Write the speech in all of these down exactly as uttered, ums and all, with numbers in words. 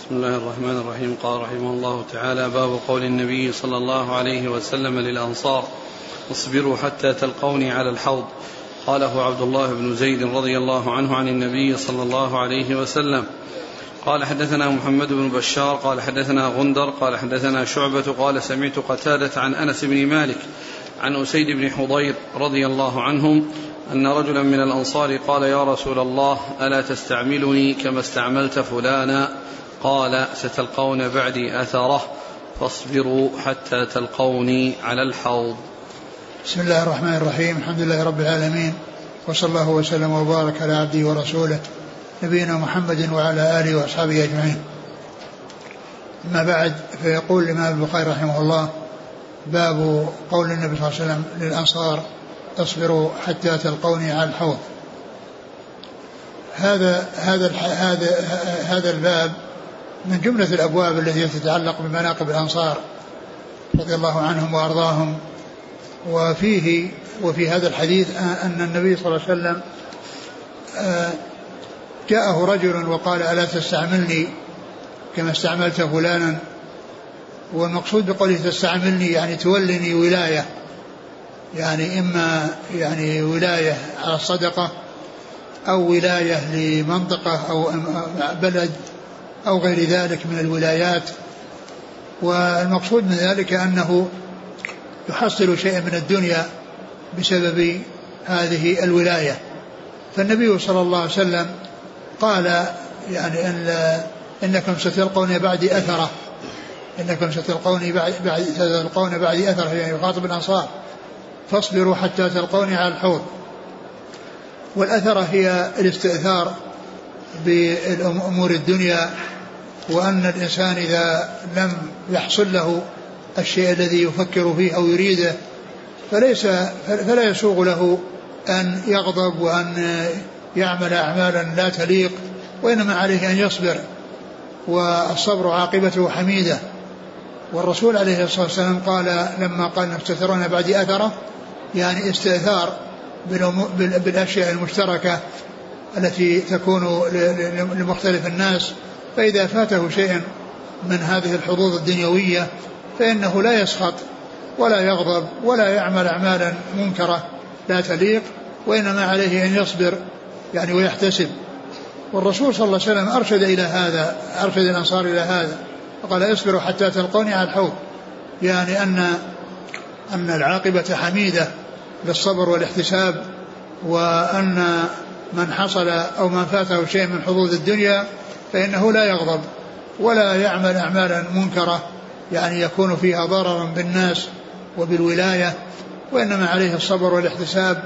بسم الله الرحمن الرحيم. قال رحمه الله تعالى: باب قول النبي صلى الله عليه وسلم للأنصار: اصبروا حتى تلقوني على الحوض. قاله عبد الله بن زيد رضي الله عنه عن النبي صلى الله عليه وسلم. قال: حدثنا محمد بن بشار قال حدثنا غندر قال حدثنا شعبة قال سمعت قتادة عن أنس بن مالك عن أسيد بن حضير رضي الله عنهم أن رجلا من الأنصار قال: يا رسول الله، ألا تستعملني كما استعملت فلانا؟ قال: ستلقون بعدي أثره فاصبروا حتى تلقوني على الحوض. بسم الله الرحمن الرحيم. الحمد لله رب العالمين، وصلى الله وسلم وبارك على عبده ورسوله نبينا محمد وعلى آله وأصحابه أجمعين. أما بعد، فيقول الإمام البخاري رحمه الله: باب قول النبي صلى الله عليه وسلم للأنصار: اصبروا حتى تلقوني على الحوض. هذا هذا هذا هذا الباب من جملة الأبواب التي تتعلق بمناقب الأنصار رضي الله عنهم وأرضاهم. وفيه وفي هذا الحديث أن النبي صلى الله عليه وسلم جاءه رجل وقال: ألا تستعملني كما استعملت فلانا؟ والمقصود بقوله تستعملني يعني تولني ولاية، يعني إما يعني ولاية على الصدقة أو ولاية لمنطقة أو بلد أو غير ذلك من الولايات. والمقصود من ذلك أنه يحصل شيئا من الدنيا بسبب هذه الولاية. فالنبي صلى الله عليه وسلم قال: يعني إن إنكم ستلقون بعدي أثرة، إنكم ستلقون بعد ستلقون بعدي أثرة، يعني يخاطب الأنصار: فاصبروا حتى تلقوني على الحوض. والأثرة هي الاستئثار بأمور الدنيا، وأن الإنسان إذا لم يحصل له الشيء الذي يفكر فيه أو يريده فليس فلا يسوغ له أن يغضب وأن يعمل أعمالا لا تليق، وإنما عليه أن يصبر، والصبر عاقبته حميدة. والرسول عليه الصلاة والسلام قال لما قال: استأثرون بعدي أثرة، يعني استئثار بالأشياء المشتركة التي تكون لمختلف الناس، فإذا فاته شيء من هذه الحظوظ الدنيوية فإنه لا يسخط ولا يغضب ولا يعمل أعمالا منكرة لا تليق، وإنما عليه أن يصبر يعني ويحتسب. والرسول صلى الله عليه وسلم أرشد إلى هذا، أرشد الأنصار إلى هذا، وقال: اصبروا حتى تلقوني على الحوض، يعني أن أن العاقبة حميدة للصبر والاحتساب، وأن من حصل أو من فاته شيء من حظوظ الدنيا فإنه لا يغضب ولا يعمل أعمالا منكرة يعني يكون فيها ضررا بالناس وبالولاية، وإنما عليه الصبر والاحتساب.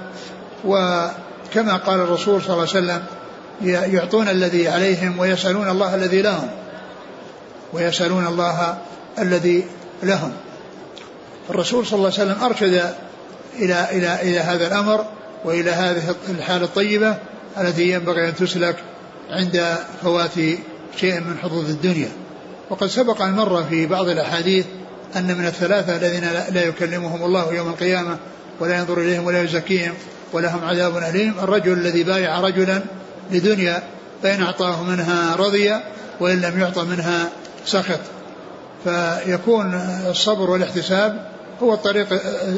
وكما قال الرسول صلى الله عليه وسلم: يعطون الذي عليهم ويسألون الله الذي لهم، ويسألون الله الذي لهم. الرسول صلى الله عليه وسلم أرشد إلى, إلى, إلى هذا الأمر وإلى هذه الحالة الطيبة التي ينبغي أن تسلك عند فوات شيء من حظوظ الدنيا. وقد سبق أن مر في بعض الأحاديث أن من الثلاثة الذين لا يكلمهم الله يوم القيامة ولا ينظر إليهم ولا يزكيهم ولهم عذاب أليم: الرجل الذي بايع رجلا لدنيا فإن أعطاه منها رضي وإن لم يعطى منها سخط. فيكون الصبر والاحتساب هو الطريق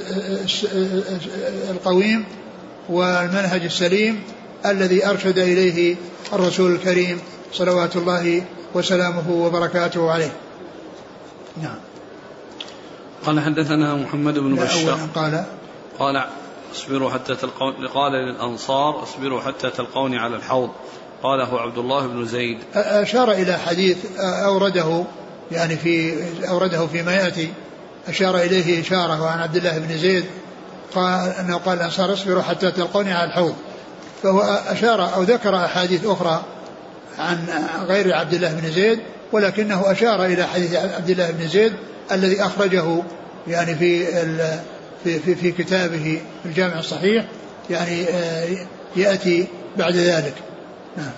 القويم والمنهج السليم الذي أرشد إليه الرسول الكريم صلوات الله وسلامه وبركاته عليه. نعم. قال: حدثنا محمد بن بشار قال قال اصبروا حتى تلقون، قال للأنصار: اصبروا حتى تلقوني على الحوض. قاله عبد الله بن زيد. أشار إلى حديث أورده يعني في أورده فيما يأتي، أشار إليه إشارة وعن عبد الله بن زيد قال أنه قال الأنصار: اصبروا حتى تلقوني على الحوض. فهو أشار أو ذكر أحاديث أخرى عن غير عبد الله بن زيد، ولكنه أشار إلى حديث عبد الله بن زيد الذي أخرجه يعني في في في, في كتابه في الجامع الصحيح، يعني يأتي بعد ذلك. نعم.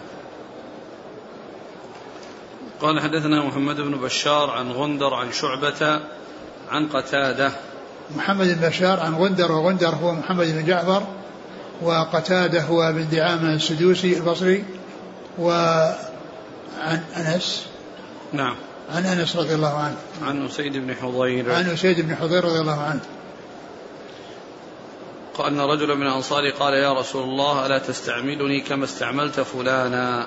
قال: حدثنا محمد بن بشار عن غندر عن شعبة عن قتادة. محمد بن بشار عن غندر، وغندر هو محمد بن جعفر، وقتادة هو بن دعامة السدوسي البصري. وعن أنس نعم. عن أنس رضي الله عنه. عن أسيد بن حضير. عن أسيد بن حضير رضي الله عنه قال أن رجلا من الأنصار قال يا رسول الله ألا تستعملني كما استعملت فلانا.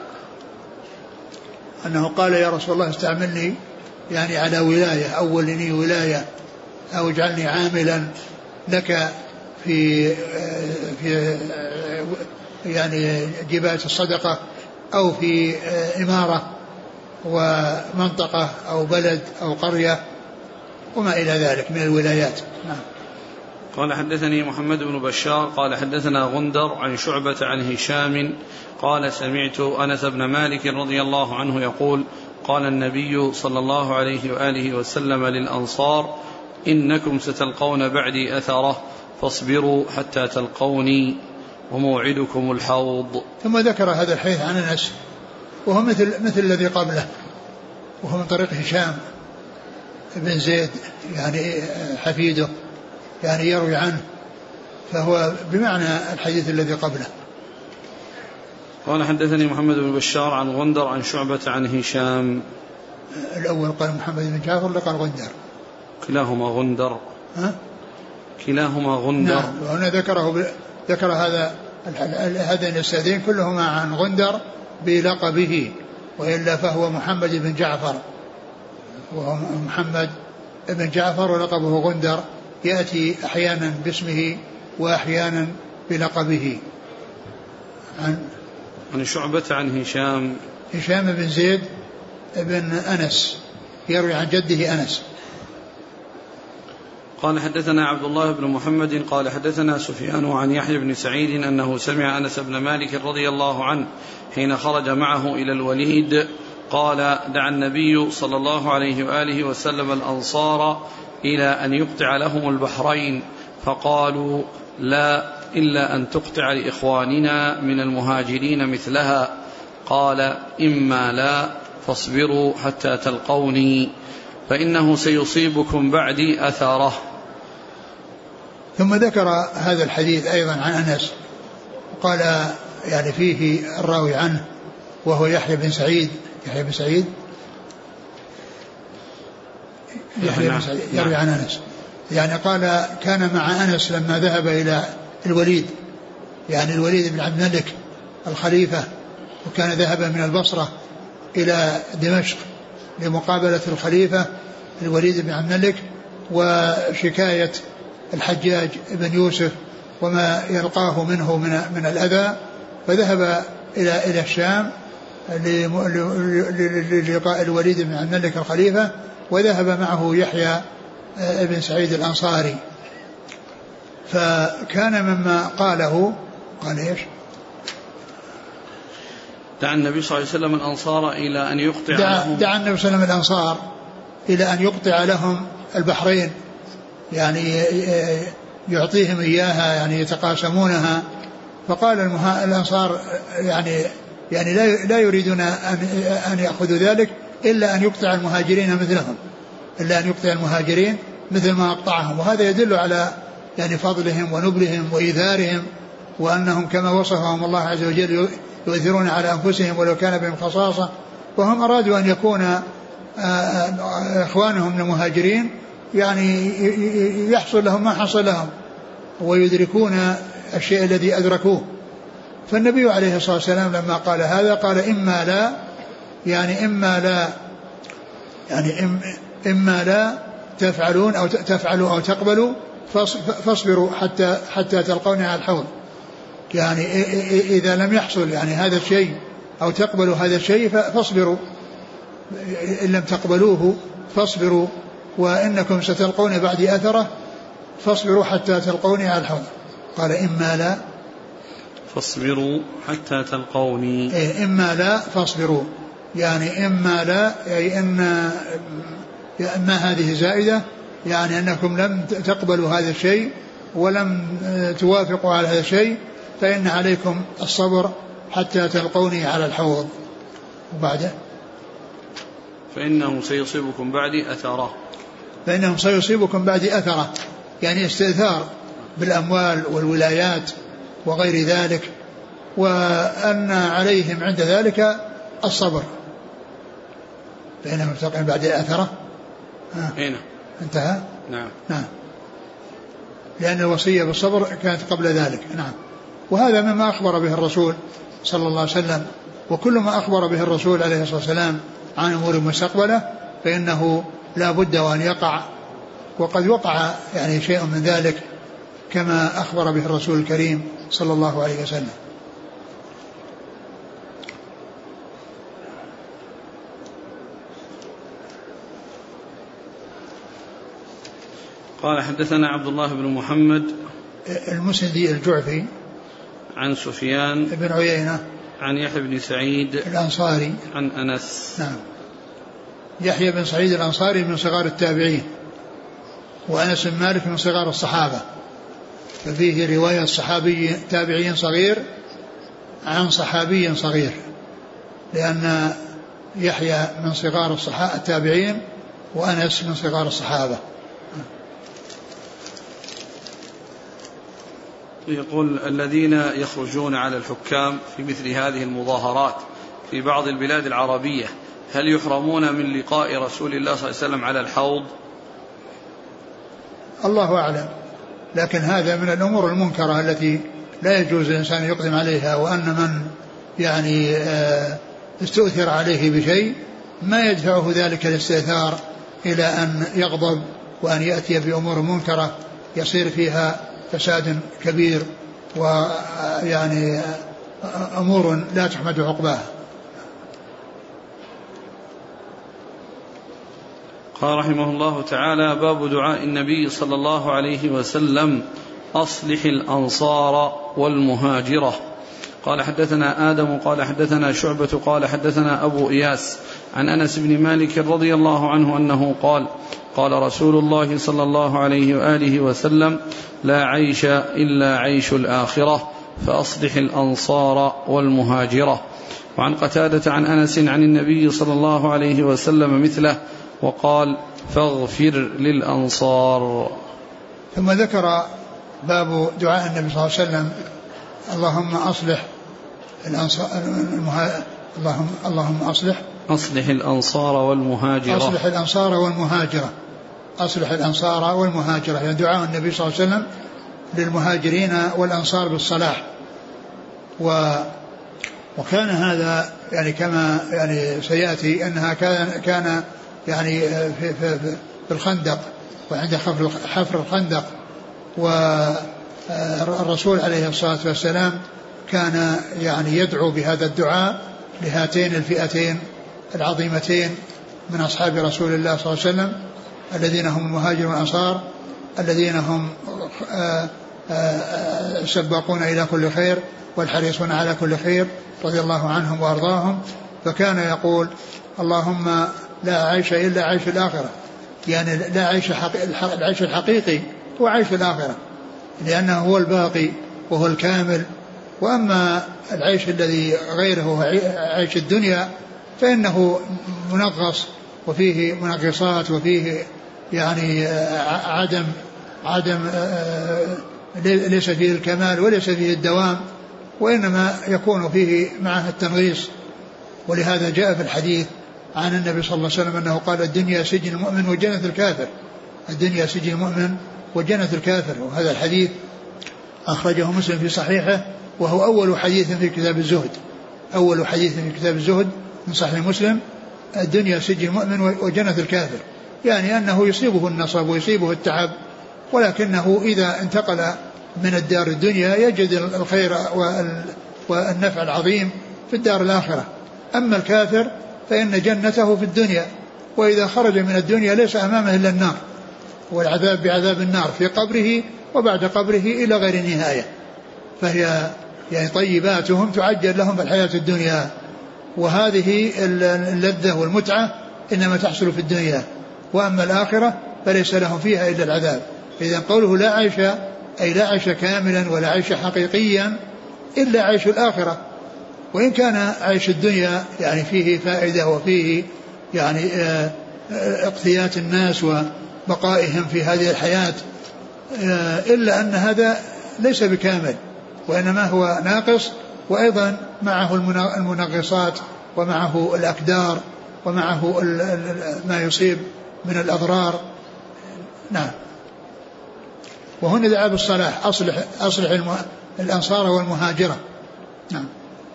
أنه قال يا رسول الله استعملني يعني على ولاية، أولني ولاية أو اجعلني عاملا لك في في يعني جباية الصدقة أو في إمارة ومنطقة أو بلد أو قرية وما إلى ذلك من الولايات. نعم. قال حدثني محمد بن بشار قال حدثنا غندر عن شعبة عن هشام قال سمعت أنس بن مالك رضي الله عنه يقول قال النبي صلى الله عليه وآله وسلم للأنصار إنكم ستلقون بعدي أثره فاصبروا حتى تلقوني وموعدكم الحوض. ثم ذكر هذا الحديث عن أنس وهو مثل, مثل الذي قبله، وهو من طريق هشام بن زيد يعني حفيده يعني يروي عنه، فهو بمعنى الحديث الذي قبله. قال حدثني محمد بن بشار عن غندر عن شعبة عن هشام. الأول قال محمد بن جعفر اللي قال غندر. كلاهما غندر. ها؟ كلاهما غندر. نعم. وهنا ذكره ب... ذكر هذا هذين السادين كلهما عن غندر بلقبه، وإلا فهو محمد بن جعفر، وهو محمد بن جعفر ولقبه غندر، يأتي أحيانا باسمه وأحيانا بلقبه. عن عن شعبة عن هشام. هشام بن زيد بن أنس يروي عن جده أنس. قال حدثنا عبد الله بن محمد قال حدثنا سفيان عن يحيى بن سعيد أنه سمع أنس بن مالك رضي الله عنه حين خرج معه إلى الوليد قال دعا النبي صلى الله عليه وآله وسلم الأنصار إلى أن يقطع لهم البحرين فقالوا لا إلا أن تقطع لإخواننا من المهاجرين مثلها. قال إما لا فاصبروا حتى تلقوني فإنه سيصيبكم بعدي أثره. ثم ذكر هذا الحديث أيضا عن أنس قال يعني فيه الراوي عنه وهو يحيى بن سعيد يحيى بن سعيد يحيى بن سعيد يروي عن أنس يعني قال كان مع أنس لما ذهب إلى الوليد، يعني الوليد بن عبد الملك الخليفة، وكان ذهب من البصرة إلى دمشق لمقابلة الخليفة الوليد بن عبد الملك وشكاية الحجاج بن يوسف وما يلقاه منه من من الأذى، فذهب إلى إلى الشام للقاء الوليد بن عبد الملك الخليفة، وذهب معه يحيى بن سعيد الأنصاري. فكان مما قاله قال ايش؟ دعا النبي صلى الله عليه وسلم الأنصار إلى أن يقطع دعا, لهم دعا النبي صلى الله عليه وسلم الأنصار إلى أن يقطع لهم البحرين، يعني يعطيهم إياها يعني يتقاسمونها. فقال الأنصار يعني يعني لا لا يريدون أن أن يأخذوا ذلك إلا أن يقطع المهاجرين مثلهم، إلا أن يقطع المهاجرين مثل ما أقطعهم. وهذا يدل على يعني فضلهم ونبلهم وإيثارهم، وأنهم كما وصفهم الله عز وجل يؤثرون على أنفسهم ولو كان بهم خصاصة، وهم أرادوا أن يكون إخوانهم المهاجرين يعني يحصل لهم ما حصل لهم ويدركون الشيء الذي أدركوه. فالنبي عليه الصلاة والسلام لما قال هذا قال إما لا يعني إما لا يعني إما لا تفعلون أو تفعلوا أو تقبلوا فاصبروا حتى حتى تلقوني على الحوض. يعني إذا لم يحصل يعني هذا الشيء أو تقبلوا هذا الشيء فاصبروا، إن لم تقبلوه فاصبروا، وإنكم ستلقون بعدي أثره فاصبروا حتى تلقوني على الحوض. قال إما لا فاصبروا حتى تلقوني. إيه إما لا فاصبروا، يعني إما لا يعني إن ما هذه زائدة، يعني أنكم لم تقبلوا هذا الشيء ولم توافقوا على هذا الشيء فإن عليكم الصبر حتى تلقوني على الحوض. وبعده فإنه سيصيبكم بعدي أثره فإنهم سيصيبكم بعدي أثره، يعني استئثار بالأموال والولايات وغير ذلك، وأن عليهم عند ذلك الصبر. فإنهم يفتقرون بعد أثره. هنا انتهى. نعم نعم لأن الوصية بالصبر كانت قبل ذلك. نعم وهذا مما أخبر به الرسول صلى الله عليه وسلم، وكل ما أخبر به الرسول عليه الصلاة والسلام عن أمور مستقبلة فإنه لا بد وأن يقع، وقد وقع يعني شيء من ذلك كما أخبر به الرسول الكريم صلى الله عليه وسلم. قال حدثنا عبد الله بن محمد المسندي الجعفي عن سفيان بن عيينة عن يحيى بن سعيد الأنصاري عن أنس. نعم يحيى بن سعيد الأنصاري من صغار التابعين، وأنس بن مالك من صغار الصحابة، ففيه رواية صحابي تابعي صغير عن صحابي صغير، لأن يحيى من صغار التابعين وأنس من صغار الصحابة. يقول الذين يخرجون على الحكام في مثل هذه المظاهرات في بعض البلاد العربية هل يحرمون من لقاء رسول الله صلى الله عليه وسلم على الحوض؟ الله أعلم، لكن هذا من الأمور المنكرة التي لا يجوز الإنسان يقدم عليها، وأن من يعني استؤثر عليه بشيء ما يدفعه ذلك الاستئثار إلى أن يغضب وأن يأتي بأمور منكرة يصير فيها فساد كبير ويعني أمور لا تحمد عقباها. قال رحمه الله تعالى: باب دعاء النبي صلى الله عليه وسلم أصلح الأنصار والمهاجرة. قال حدثنا آدم قال حدثنا شعبة قال حدثنا أبو إياس عن أنس بن مالك رضي الله عنه أنه قال: قال رسول الله صلى الله عليه وآله وسلم: لا عيش إلا عيش الآخرة، فأصلح الأنصار والمهاجرة. وعن قتادة عن أنس عن النبي صلى الله عليه وسلم مثله، وقال: فاغفر للأنصار. ثم ذكر باب دعاء النبي صلى الله عليه وسلم: اللهم أصلح الأنصار المها... اللهم اللهم أصلح أصلح الأنصار والمهاجرة أصلح الأنصار والمهاجرة أصلح الأنصار والمهاجرة، يعني دعاء النبي صلى الله عليه وسلم للمهاجرين والأنصار بالصلاح. و وكان هذا يعني كما يعني سيأتي أنها كان كان يعني في, في, في الخندق وعند حفر الخندق، والرسول عليه الصلاة والسلام كان يعني يدعو بهذا الدعاء لهاتين الفئتين العظيمتين من أصحاب رسول الله صلى الله عليه وسلم، الذين هم المهاجرون والأنصار، الذين هم سباقون إلى كل خير والحريصون على كل خير رضي الله عنهم وأرضاهم. فكان يقول: اللهم لا عيش إلا عيش الآخرة، يعني لا عيش حقيقي، العيش الحقيقي هو عيش الآخرة، لأنه هو الباقي وهو الكامل. وأما العيش الذي غيره هو عيش الدنيا فإنه منغص وفيه منغصات وفيه يعني عدم عدم ليس فيه الكمال وليس فيه الدوام، وإنما يكون فيه معه التنغيص. ولهذا جاء في الحديث عن النبي صلى الله عليه وسلم أنه قال: الدنيا سجن المؤمن وجنة الكافر، الدنيا سجن المؤمن وجنة الكافر. وهذا الحديث أخرجه مسلم في صحيحه، وهو أول حديث في كتاب الزهد، أول حديث في كتاب الزهد من صحيح مسلم: الدنيا سجن المؤمن وجنة الكافر، يعني أنه يصيبه النصب ويصيبه التعب، ولكنه إذا انتقل من الدار الدنيا يجد الخير والنفع العظيم في الدار الآخرة. أما الكافر فإن جنته في الدنيا، وإذا خرج من الدنيا ليس أمامه إلا النار، والعذاب بعذاب النار في قبره وبعد قبره إلى غير نهاية. فهي يعني طيباتهم تعجل لهم في الحياة الدنيا، وهذه اللذة والمتعة إنما تحصل في الدنيا، وأما الآخرة فليس لهم فيها إلا العذاب. إذن قوله لا عيش أي لا عيش كاملا ولا عيش حقيقيا إلا عيش الآخرة. وإن كان عيش الدنيا يعني فيه فائدة وفيه يعني اقتيات الناس وبقائهم في هذه الحياة، إلا أن هذا ليس بكامل، وإنما هو ناقص، وأيضا معه المنغصات ومعه الأكدار ومعه ما يصيب من الأضرار. نعم. وهنا دعا بالصلاح أصلح, أصلح الأنصار والمهاجرة. نعم.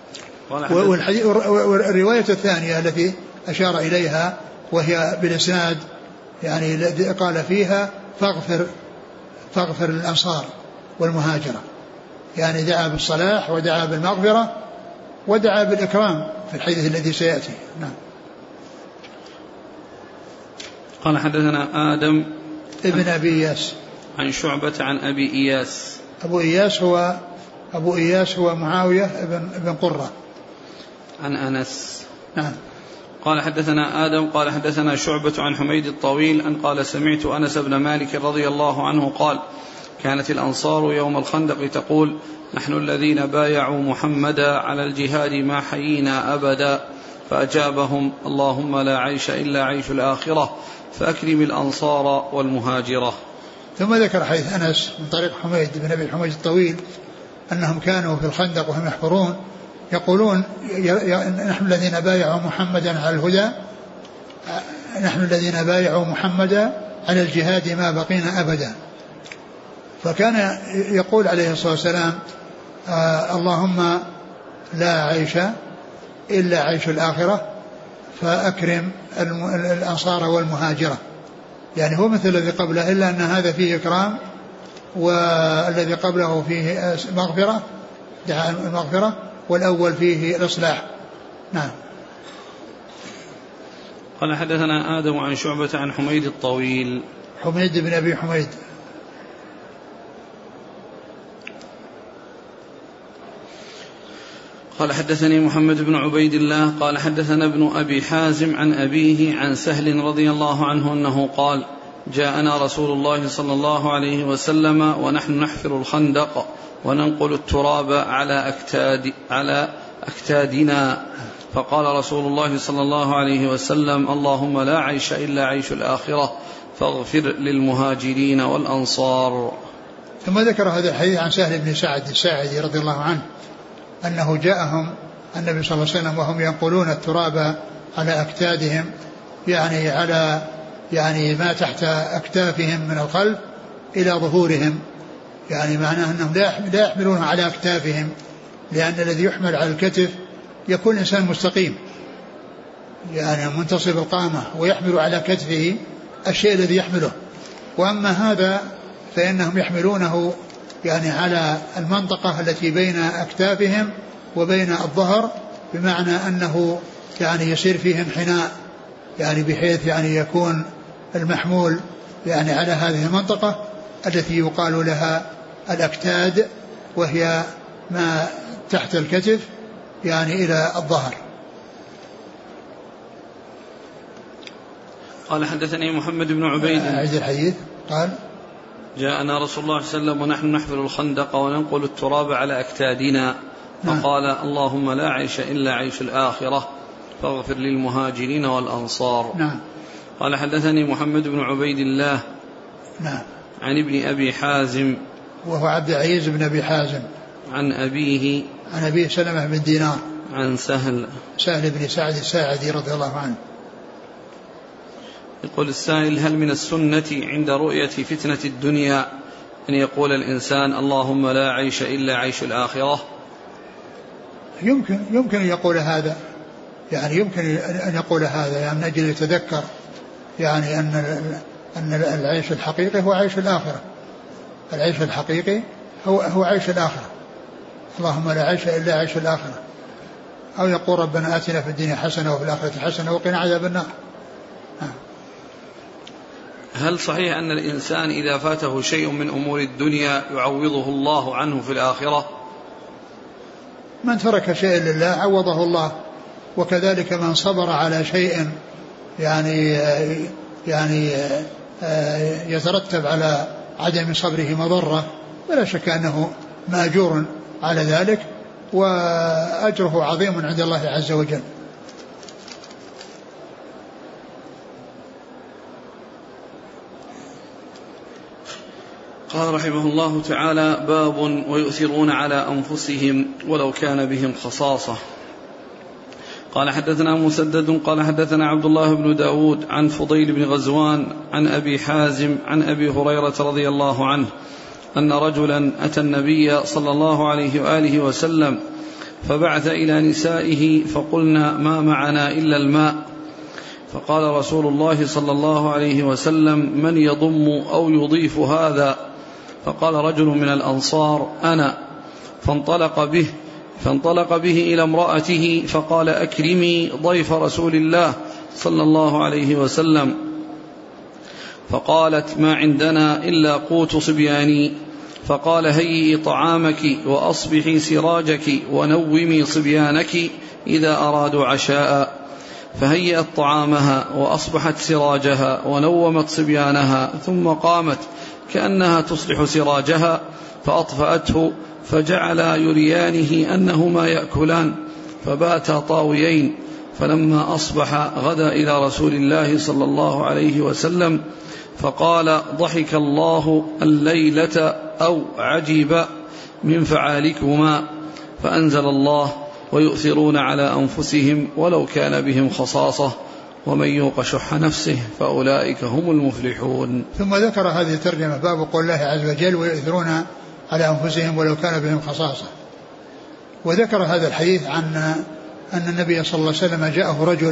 والرواية الثانية التي أشار إليها وهي بالإسناد يعني قال فيها فاغفر فاغفر الأنصار والمهاجرة، يعني دعا بالصلاح ودعا بالمغفرة ودعا بالإكرام في الحديث الذي سيأتي. نعم. قال حدثنا آدم ابن أبي إياس عن شعبة عن أبي إياس. أبو إياس هو أبو إياس هو معاوية ابن, ابن قرة عن أنس. نعم. قال حدثنا آدم قال حدثنا شعبة عن حميد الطويل أن قال سمعت أنس بن مالك رضي الله عنه قال كانت الأنصار يوم الخندق تقول نحن الذين بايعوا محمدا على الجهاد ما حيينا أبدا، فأجابهم اللهم لا عيش إلا عيش الآخرة فأكرم الأنصار والمهاجرة. ثم ذكر حديث أنس من طريق حميد بن أبي حميد الطويل أنهم كانوا في الخندق وهم يحفرون يقولون نحن الذين بايعوا محمدا على الهدى، نحن الذين بايعوا محمدا على الجهاد ما بقينا أبدا. فكان يقول عليه الصلاة والسلام آه اللهم لا عيش إلا عيش الآخرة فأكرم الأنصار والمهاجرة، يعني هو مثل الذي قبله إلا أن هذا فيه إكرام والذي قبله فيه مغفرة دعاء المغفرة والأول فيه الإصلاح. نعم. قال حدثنا آدم عن شعبة عن حميد الطويل حميد بن أبي حميد. قال حدثني محمد بن عبيد الله قال حدثنا ابن أبي حازم عن أبيه عن سهل رضي الله عنه أنه قال جاءنا رسول الله صلى الله عليه وسلم ونحن نحفر الخندق وننقل التراب على أكتاد على أكتادنا، فقال رسول الله صلى الله عليه وسلم اللهم لا عيش إلا عيش الآخرة فاغفر للمهاجرين والأنصار. ثم ذكر هذا الحديث عن سهل بن سعد الساعدي رضي الله عنه أنه جاءهم النبي صلى الله عليه وسلم وهم ينقلون التراب على أكتادهم، يعني على يعني ما تحت أكتافهم من الخلف إلى ظهورهم، يعني معناه أنهم لا يحملونه على أكتافهم، لأن الذي يحمل على الكتف يكون إنسان مستقيم يعني منتصب القامة ويحمل على كتفه الشيء الذي يحمله، وأما هذا فإنهم يحملونه يعني على المنطقة التي بين أكتافهم وبين الظهر، بمعنى أنه يعني يصير فيه انحناء، يعني بحيث يعني يكون المحمول يعني على هذه المنطقة التي يقال لها الأكتاد، وهي ما تحت الكتف يعني إلى الظهر. قال حدثني محمد بن عبيد أعيد الحديث. قال جاءنا رسول الله صلى الله عليه وسلم ونحن نحفر الخندق وننقل التراب على أكتادنا، فقال اللهم لا عيش إلا عيش الآخرة فاغفر للمهاجرين والأنصار. نعم. قال حدثني محمد بن عبيد الله نعم. عن ابن أبي حازم وهو عبد العزيز بن أبي حازم عن أبيه عن أبيه سلمة بن دينار عن سهل سهل بن سعد الساعدي رضي الله عنه. يقول السائل هل من السنة عند رؤية فتنة الدنيا أن يقول الإنسان اللهم لا عيش إلا عيش الآخرة؟ يمكن يمكن أن يقول هذا، يعني يمكن أن يقول هذا يعني من أجل يتذكر يعني أن أن العيش الحقيقي هو عيش الآخرة، العيش الحقيقي هو هو عيش الآخرة، اللهم لا عيش إلا عيش الآخرة. أو يقول ربنا آتنا في الدنيا حسنة وفي الآخرة حسنة وقنا عذاب النار. هل صحيح أن الإنسان إذا فاته شيء من أمور الدنيا يعوضه الله عنه في الآخرة؟ من ترك شيء لله عوضه الله، وكذلك من صبر على شيء يعني يعني يترتب على عدم صبره مضرة ولا شك أنه مأجور على ذلك وأجره عظيم عند الله عز وجل. قال رحمه الله تعالى باب ويؤثرون على أنفسهم ولو كان بهم خصاصة. قال حدثنا مسدد قال حدثنا عبد الله بن داود عن فضيل بن غزوان عن أبي حازم عن أبي هريرة رضي الله عنه أن رجلا أتى النبي صلى الله عليه وآله وسلم فبعث إلى نسائه فقلنا ما معنا إلا الماء، فقال رسول الله صلى الله عليه وسلم من يضم أو يضيف هذا؟ فقال رجل من الأنصار أنا، فانطلق به فانطلق به إلى امرأته فقال أكرمي ضيف رسول الله صلى الله عليه وسلم، فقالت ما عندنا إلا قوت صبياني، فقال هيئي طعامك وأصبحي سراجك ونومي صبيانك إذا أرادوا عشاء، فهيأت طعامها وأصبحت سراجها ونومت صبيانها، ثم قامت كأنها تصلح سراجها فأطفأته، فجعلا يريانه أنهما يأكلان، فباتا طاويين. فلما أصبح غدا إلى رسول الله صلى الله عليه وسلم فقال ضحك الله الليلة أو عجب من فعالكما، فأنزل الله ويؤثرون على أنفسهم ولو كان بهم خصاصة ومن يوق شح نفسه فأولئك هم المفلحون. ثم ذكر هذه الترجمة باب قول الله عز وجل ويؤثرون على أنفسهم ولو كان بهم خصاصة. وذكر هذا الحديث عن أن النبي صلى الله عليه وسلم جاءه رجل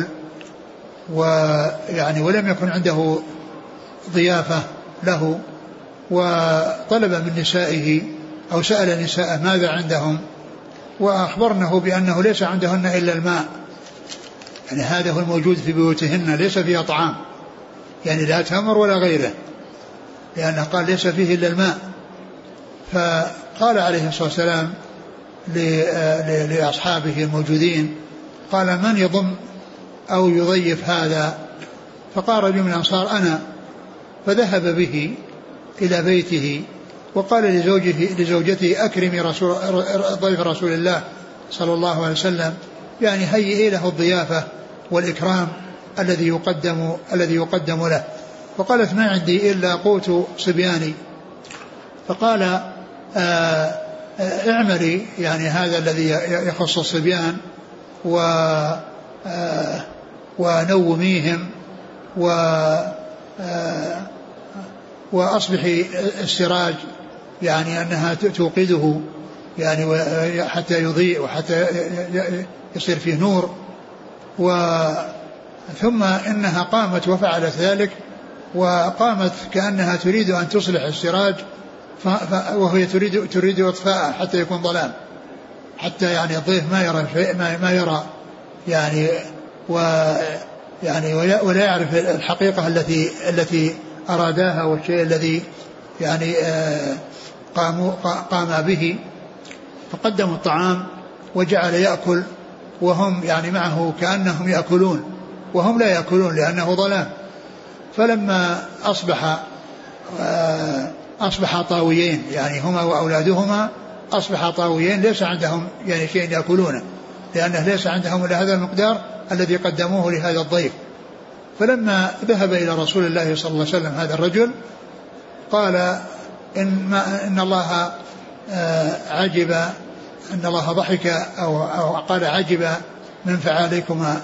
ويعني ولم يكن عنده ضيافة له، وطلب من نسائه أو سأل نساءه ماذا عندهم، وأخبرنه بأنه ليس عندهن إلا الماء، يعني هذا هو الموجود في بيوتهن، ليس فيها طعام، يعني لا تمر ولا غيره، لأنه قال ليس فيه إلا الماء. فقال عليه الصلاة والسلام لأصحابه الموجودين قال من يضم أو يضيف هذا؟ فقال رجل من الأنصار أنا، فذهب به إلى بيته وقال لزوجته, لزوجته أكرمي رسول ضيف رسول الله صلى الله عليه وسلم، يعني هيئي له الضيافة والإكرام الذي يقدم, الذي يقدم له. فقالت ما عندي إلا قوت صبياني، فقال آه اعملي يعني هذا الذي يخص الصبيان و آه ونوميهم و آه وأصبحي السراج، يعني أنها توقده يعني حتى يضيء وحتى يصير فيه نور. ثم إنها قامت وفعلت ذلك، وقامت كأنها تريد أن تصلح السراج وهي تريد تريد إطفاءه حتى يكون ظلام، حتى يعني الضيف ما يرى شيء ما, ما يرى يعني ويعني ولا يعرف الحقيقة التي التي أراداها والشيء الذي يعني قاموا قام به. فقدموا الطعام وجعل يأكل وهم يعني معه كأنهم يأكلون وهم لا يأكلون لأنه ظلام. فلما أصبح أصبح طاويين، يعني هما وأولادهما أصبح طاويين ليس عندهم يعني شيء يأكلونه، لأنه ليس عندهم إلا هذا المقدار الذي قدموه لهذا الضيف. فلما ذهب إلى رسول الله صلى الله عليه وسلم هذا الرجل قال إن, ما إن الله عجب أن الله ضحك أو, أو قال عجب من فعالكما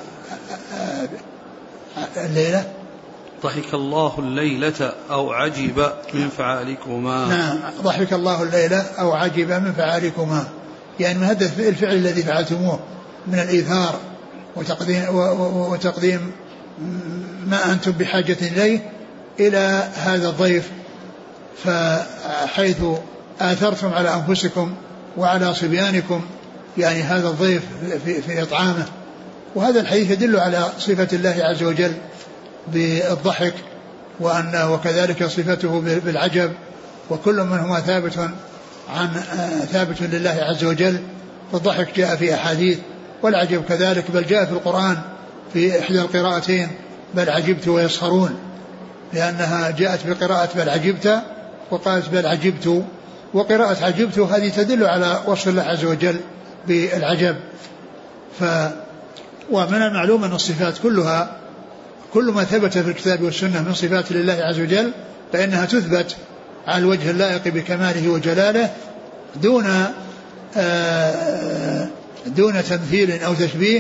الليلة، ضحك الله الليلة أو عجب من فعالكما. نعم، ضحك الله الليلة أو عجب من فعالكما، يعني من هذا الفعل الذي فعلتموه من الإيثار وتقديم, وتقديم ما أنتم بحاجة إليه إلى هذا الضيف، فحيث آثرتم على أنفسكم وعلى صبيانكم يعني هذا الضيف في, في إطعامه. وهذا الحديث يدل على صفة الله عز وجل بالضحك، وأن وكذلك صفته بالعجب، وكل منهما ثابت عن ثابت لله عز وجل. فالضحك جاء في أحاديث، والعجب كذلك، بل جاء في القرآن في إحدى القراءتين بل عجبت ويسخرون، لأنها جاءت بقراءة بل عجبت وقالت بل عجبت، وقراءة عجبت هذه تدل على وصف الله عز وجل بالعجب. ف ومن المعلوم أن الصفات كلها كل ما ثبت في الكتاب والسنة من صفات لله عز وجل فإنها تثبت على الوجه اللائق بكماله وجلاله دون دون تمثيل أو تشبيه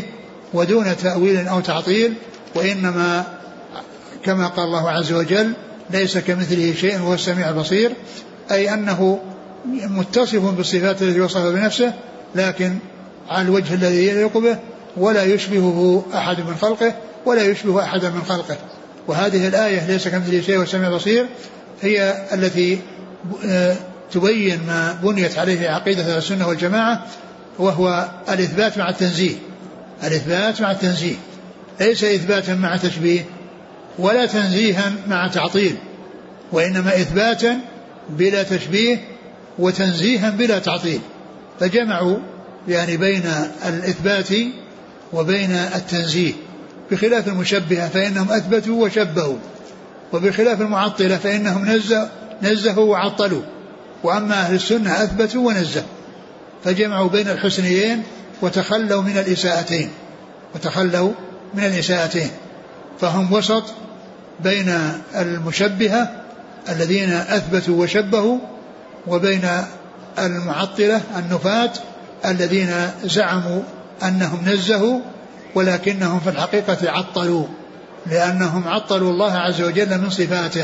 ودون تأويل أو تعطيل، وإنما كما قال الله عز وجل ليس كمثله شيء وهو السميع البصير، أي أنه متصف بالصفات التي وصف بنفسه لكن على الوجه الذي يليق به، ولا يشبهه أحد من خلقه ولا يشبه أحد من خلقه. وهذه الآية ليس كمثله شيء والسميع البصير هي التي تبين ما بنيت عليه عقيدة السنة والجماعة، وهو الإثبات مع التنزيه. الإثبات مع التنزيه ليس إثباتا مع تشبيه ولا تنزيها مع تعطيل، وإنما إثباتا بلا تشبيه وتنزيها بلا تعطيل. فجمعوا يعني بين الإثبات وبين التنزيه، بخلاف المشبهة فإنهم أثبتوا وشبهوا، وبخلاف المعطلة فإنهم نزه نزهوا وعطلوا، وأما أهل السنة أثبتوا ونزهوا، فجمعوا بين الحسنيين وتخلوا من الإساءتين وتخلوا من الإساءتين فهم وسط بين المشبهة الذين أثبتوا وشبهوا وبين المعطلة النفاة الذين زعموا أنهم نزهوا ولكنهم في الحقيقة عطلوا، لأنهم عطلوا الله عز وجل من صفاته.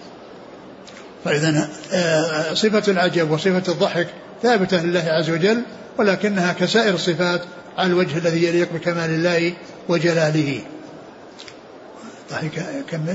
فإذن صفة العجب وصفة الضحك ثابتة لله عز وجل، ولكنها كسائر الصفات على الوجه الذي يليق بكمال الله وجلاله. ضحك كمل.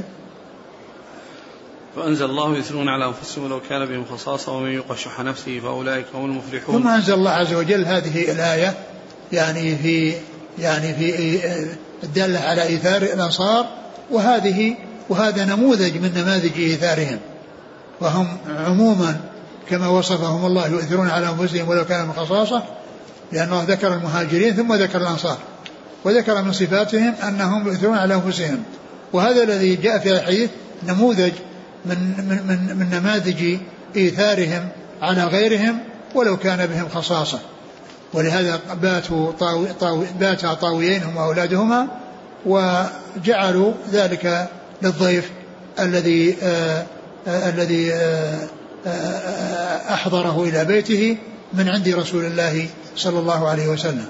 فأنزل الله يثنون على أنفسهم ولو كان بهم خصاصة ومن يوق شح نفسه فأولئك هم المفلحون. ثم أنزل الله عز وجل هذه الآية يعني في يعني في الدالة على إيثار الأنصار، وهذه وهذا نموذج من نماذج إيثارهم، وهم عموما كما وصفهم الله يؤثرون على أنفسهم ولو كان من خصاصة، لأن الله ذكر المهاجرين ثم ذكر الأنصار، وذكر من صفاتهم أنهم يؤثرون على أنفسهم. وهذا الذي جاء في الحديث نموذج من, من, من, من نماذج إيثارهم على غيرهم ولو كان بهم خصاصة. ولهذا باتوا طاوي طاوي باتا طاويين هم وأولادهما، وجعلوا ذلك للضيف الذي آآ آآ الذي آآ أحضره إلى بيته من عند رسول الله صلى الله عليه وسلم.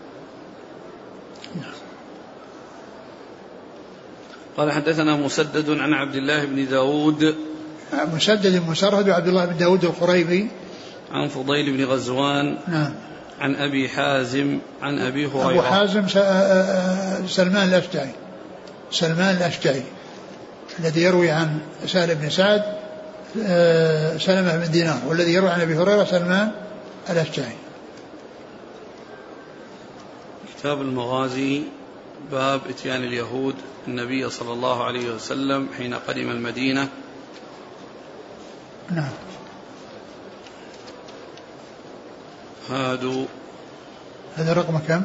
قال حدثنا مسدد عن عبد الله بن داود. مسدد مسرهد عبد الله بن داود القريبي. عن فضيل بن غزوان. نعم. عن أبي حازم عن أبي هريرة. أبو حازم سلمان الأشجعي سلمان الأشجعي الذي يروي عن سهل بن سعد سلمة بن دينار، والذي يروي عن أبي هريرة سلمان الأشجعي. كتاب المغازي. باب اتيان اليهود النبي صلى الله عليه وسلم حين قدم المدينة. نعم. هادوا. هذا رقم كم؟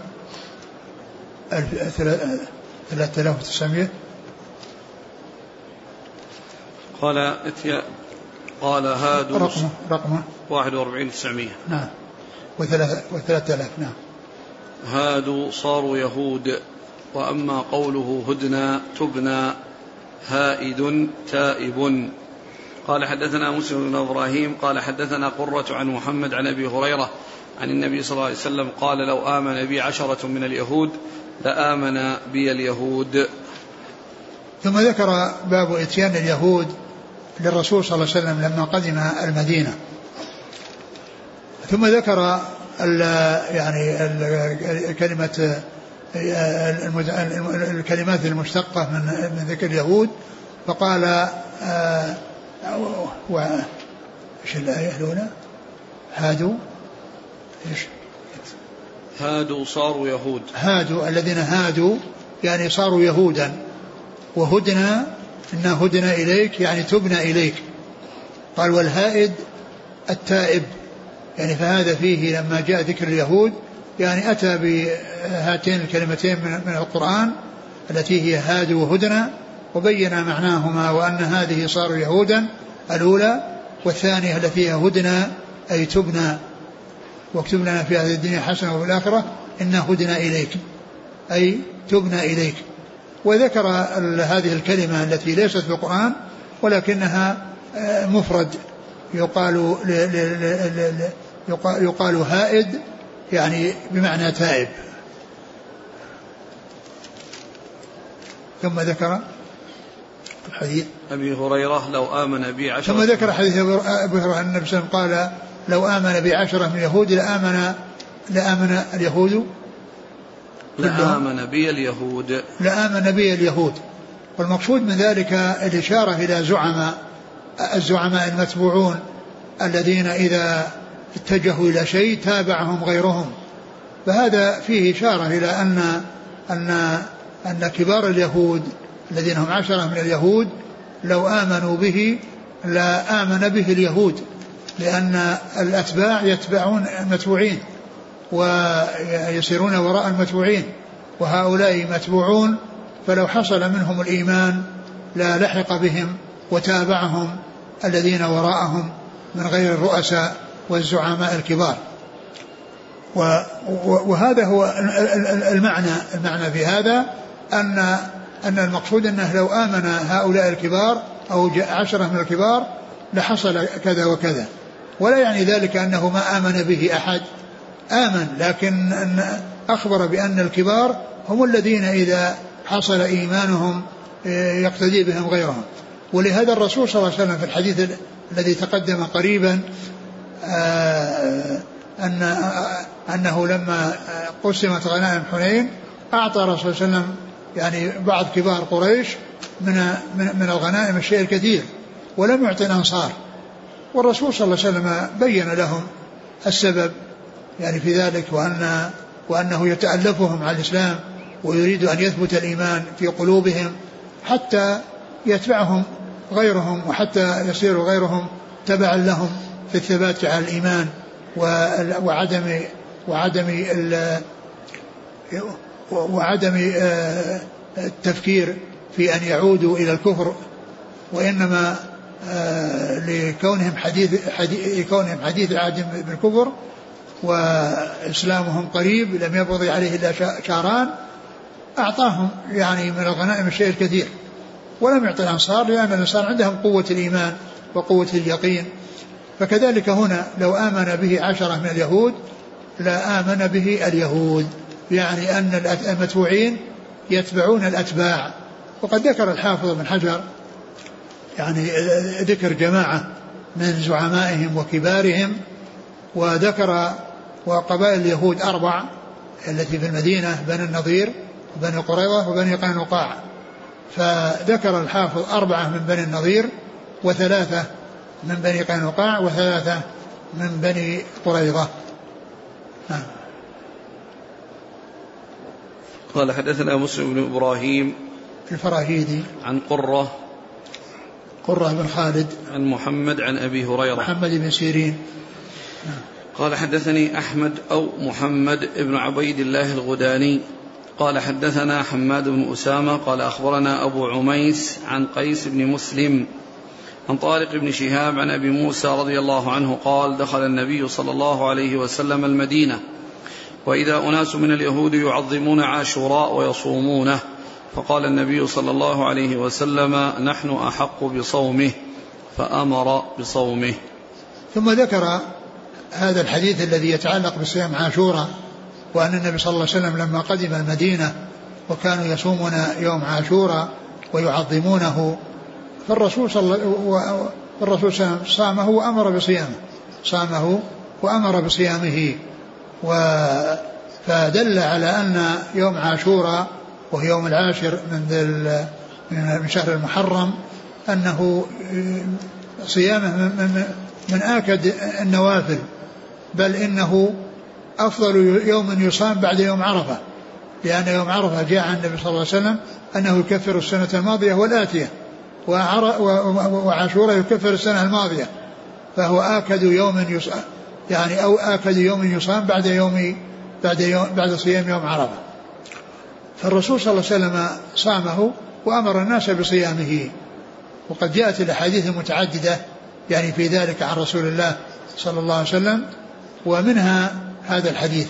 ثلاثة آلاف وتسعمائة. قال اتيا قال هادوا رقمه رقمه واحد وأربعين تسعمائة. نعم. وثلاثة وثلاثة آلاف. نعم. هادوا صاروا يهود. وأما قوله هدنا تبنى هائد تائب. قال حدثنا مسلم بن إبراهيم قال حدثنا قرة عن محمد عن أبي هريرة عن النبي صلى الله عليه وسلم قال لو آمن بي عشرة من اليهود لآمن بي اليهود. ثم ذكر باب اتيان اليهود للرسول صلى الله عليه وسلم لما قدم المدينة، ثم ذكر ال يعني ال كلمة الكلمات المشتقة من من ذكر اليهود، فقال آه ايش الآية الأولى؟ هادوا ايش؟ هادوا صاروا يهود. هادوا الذين هادوا يعني صاروا يهودا. وهدنا إنا هدنا إليك يعني تبنا إليك. قال والهائد التائب، يعني فهذا فيه لما جاء ذكر اليهود يعني أتى بهاتين الكلمتين من القرآن التي هي هادوا وهدنا، وبين معناهما وأن هذه صاروا يهودا الأولى، والثانية التي هي هدنا أي تبنا، واكتب لنا في هذه الدنيا حسنة وفي الآخرة إنا هدنا إليك أي تبنا إليك. وذكر هذه الكلمة التي ليست في القرآن ولكنها مفرد، يقال يقال هائد يعني بمعنى تائب. ثم ذكر حديث أبي هريرة لو آمن بي عشرة. ثم ذكر حديث أبي هريرة أن النبي صلى الله عليه وسلم قال لو آمن بي عشرة من اليهود لآمن لآمن اليهود لآمن بي اليهود لآمن بي اليهود. والمقصود من ذلك الإشارة إلى زعماء الزعماء المتبوعون الذين إذا اتجهوا إلى شيء تابعهم غيرهم. فهذا فيه إشارة إلى أن أن أن كبار اليهود الذين هم عشرة من اليهود لو آمنوا به لا آمن به اليهود، لأن الأتباع يتبعون المتبوعين ويسيرون وراء المتبوعين، وهؤلاء متبوعون، فلو حصل منهم الإيمان لا لحق بهم وتابعهم الذين وراءهم من غير الرؤساء والزعماء الكبار. وهذا هو المعنى المعنى في هذا أن أن المقصود أنه لو آمن هؤلاء الكبار أو عشرة من الكبار لحصل كذا وكذا، ولا يعني ذلك أنه ما آمن به أحد، آمن، لكن أخبر بأن الكبار هم الذين إذا حصل إيمانهم يقتدي بهم غيرهم. ولهذا الرسول صلى الله عليه وسلم في الحديث الذي تقدم قريبا أن أنه لما قسمت غنائم حنين أعطى الرسول صلى الله عليه وسلم يعني بعض كبار قريش من من الغنائم الشيء الكثير، ولم يعطي الأنصار. والرسول صلى الله عليه وسلم بين لهم السبب يعني في ذلك، وأن وأنه يتألفهم على الإسلام ويريد أن يثبت الإيمان في قلوبهم حتى يتبعهم غيرهم، وحتى يصير غيرهم تبعا لهم في الثبات على الإيمان وعدم وعدم وعدم التفكير في أن يعودوا إلى الكفر، وإنما لكونهم حديث حديث كونهم حديث العهد بالكفر وإسلامهم قريب لم يمضي عليه إلا شهران، أعطاهم يعني من الغنائم الشيء الكثير، ولم يعطي الأنصار لأن الأنصار عندهم قوة الإيمان وقوة اليقين. فكذلك هنا لو آمن به عشرة من اليهود لا آمن به اليهود، يعني أن المتبوعين يتبعون الأتباع. وقد ذكر الحافظ بن حجر يعني ذكر جماعة من زعمائهم وكبارهم، وذكر وقبائل اليهود أربع التي في المدينة: بني النضير وبني قريظة وبني قينقاع. فذكر الحافظ أربعة من بني النضير وثلاثة من بني قينقاع وثلاثة من بني قريظة. آه. قال حدثنا مسلم بن إبراهيم الفراهيدي عن قرة قرة بن خالد عن محمد عن أبي هريرة محمد بن سيرين. قال حدثني أحمد أو محمد بن عبيد الله الغداني قال حدثنا حماد بن أسامة قال أخبرنا أبو عميس عن قيس بن مسلم عن طارق بن شهاب عن أبي موسى رضي الله عنه قال: دخل النبي صلى الله عليه وسلم المدينة وإذا أناس من اليهود يعظمون عاشوراء ويصومونه، فقال النبي صلى الله عليه وسلم: نحن أحق بصومه، فأمر بصومه. ثم ذكر هذا الحديث الذي يتعلق بصيام عاشوراء، وأن النبي صلى الله عليه وسلم لما قدم المدينة وكانوا يصومون يوم عاشوراء ويعظمونه، فالرسول صلى الله عليه وسلم صامه وأمر بصيامه صامه وأمر بصيامه فدل على أن يوم عاشوراء وهو يوم العاشر من من شهر المحرم أنه صيامه من, من آكد النوافل، بل إنه أفضل يوم يصام بعد يوم عرفة، لأن يوم عرفة جاء عن النبي صلى الله عليه وسلم أنه يكفر السنة الماضية والآتية، وعاشوراء يكفر السنة الماضية، فهو آكد يوم يصام يعني أو آكد يوم يصام بعد يوم بعد يوم بعد صيام يوم عرفة. فالرسول صلى الله عليه وسلم صامه وأمر الناس بصيامه، وقد جاءت الأحاديث المتعددة يعني في ذلك عن رسول الله صلى الله عليه وسلم، ومنها هذا الحديث.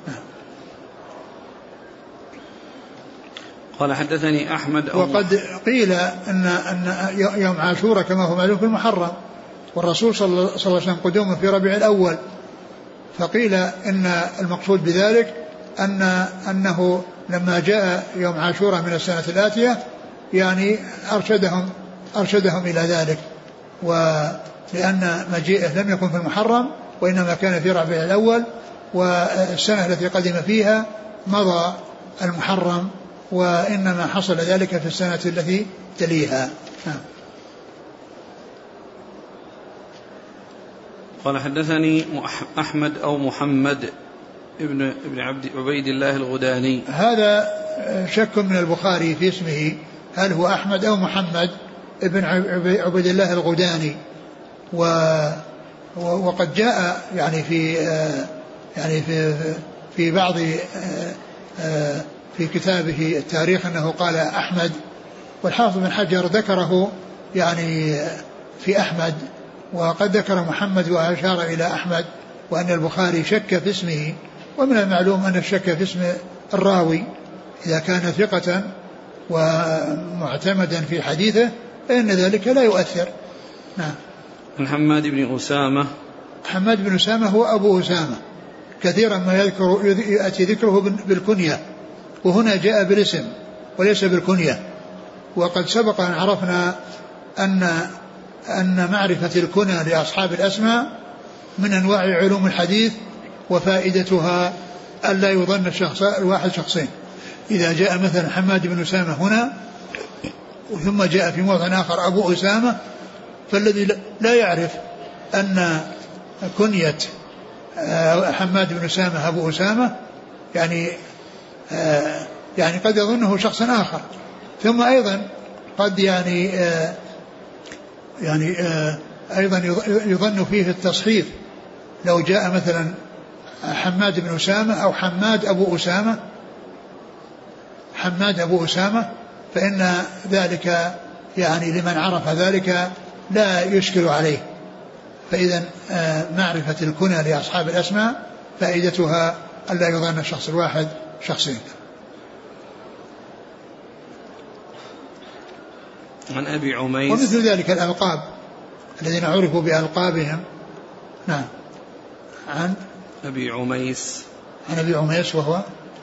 قال حدثني أحمد أو وقد قيل أن أن يوم عاشوراء كما هو معلوم في المحرم، والرسول صلى الله عليه وسلم قدومه في ربيع الأول، فقيل إن المقصود بذلك أن أنه لما جاء يوم عاشوراء من السنة الآتية يعني أرشدهم أرشدهم إلى ذلك، ولأن مجيئه لم يكن في المحرم وإنما كان في ربيع الأول، والسنة التي قدم فيها مضى المحرم، وإنما حصل ذلك في السنة التي تليها. قال حدثني أحمد أو محمد ابن ابن عبد عبيد الله الغداني. هذا شك من البخاري في اسمه، هل هو أحمد أو محمد ابن عبيد الله الغداني، وقد جاء يعني في يعني في في بعض في كتابه التاريخ أنه قال أحمد، والحافظ بن حجر ذكره يعني في أحمد، وقد ذكر محمد وأشار إلى أحمد، وأن البخاري شك في اسمه. ومن المعلوم أن الشك في اسم الراوي إذا كان ثقة ومعتمدا في حديثه فإن ذلك لا يؤثر. نعم. محمد بن أسامة. محمد بن أسامة هو أبو أسامة، كثيرا ما يذكر يأتي ذكره بالكنية، وهنا جاء بالاسم وليس بالكنية. وقد سبق أن عرفنا أن أن معرفة الكنى لأصحاب الأسماء من أنواع علوم الحديث، وفائدتها ألا يظن الشخص الواحد شخصين. إذا جاء مثلا حماد بن أسامة هنا ثم جاء في موضع آخر أبو أسامة، فالذي لا يعرف أن كنية حماد بن أسامة أبو أسامة يعني يعني قد يظنه شخص آخر. ثم أيضا قد يعني يعني أيضا يظن فيه التصحيف، لو جاء مثلا حماد بن أسامة أو حماد أبو أسامة حماد أبو أسامة فإن ذلك يعني لمن عرف ذلك لا يشكل عليه. فإذا معرفة الكنى لأصحاب الأسماء فائدتها ألا يظن الشخص الواحد شخصين. عن أبي عميس. ومثل ذلك الألقاب الذين عرفوا بألقابهم. نعم. عن أبي عميس. عن أبي عميس وهو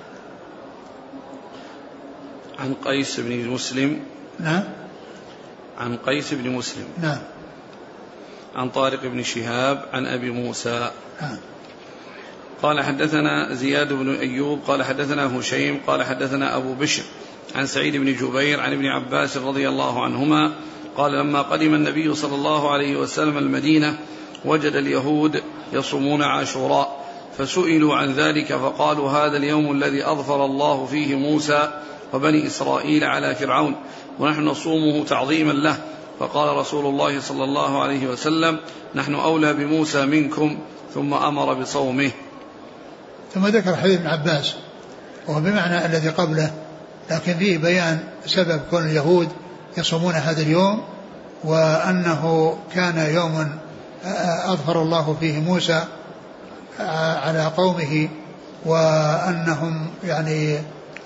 عن قيس بن مسلم. نعم. عن قيس بن مسلم. نعم. عن طارق بن شهاب عن أبي موسى. نعم. قال حدثنا زياد بن أيوب قال حدثنا هشيم قال حدثنا أبو بشر عن سعيد بن جبير عن ابن عباس رضي الله عنهما قال لما قدم النبي صلى الله عليه وسلم المدينة وجد اليهود يصومون عاشوراء، فسئلوا عن ذلك فقالوا هذا اليوم الذي أظفر الله فيه موسى وبني إسرائيل على فرعون، ونحن نصومه تعظيما له. فقال رسول الله صلى الله عليه وسلم نحن أولى بموسى منكم، ثم أمر بصومه. ثم ذكر حديث ابن عباس وهو بمعنى الذي قبله، لكن فيه بيان سبب كون اليهود يصومون هذا اليوم، وأنه كان يوم أظفر الله فيه موسى على قومه، وأنهم يعني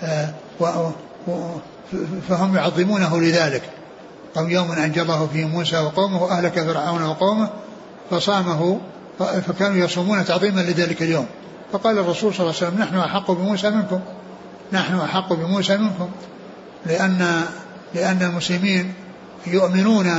فهم يعظمونه لذلك. قام يوم أنجى الله فيه موسى وقومه وأهلك فرعون وقومه فصامه، فكانوا يصومون تعظيما لذلك اليوم. فقال الرسول صلى الله عليه وسلم نحن أحق بموسى منكم نحن أحق بموسى منكم لأن لأن المسلمين يؤمنون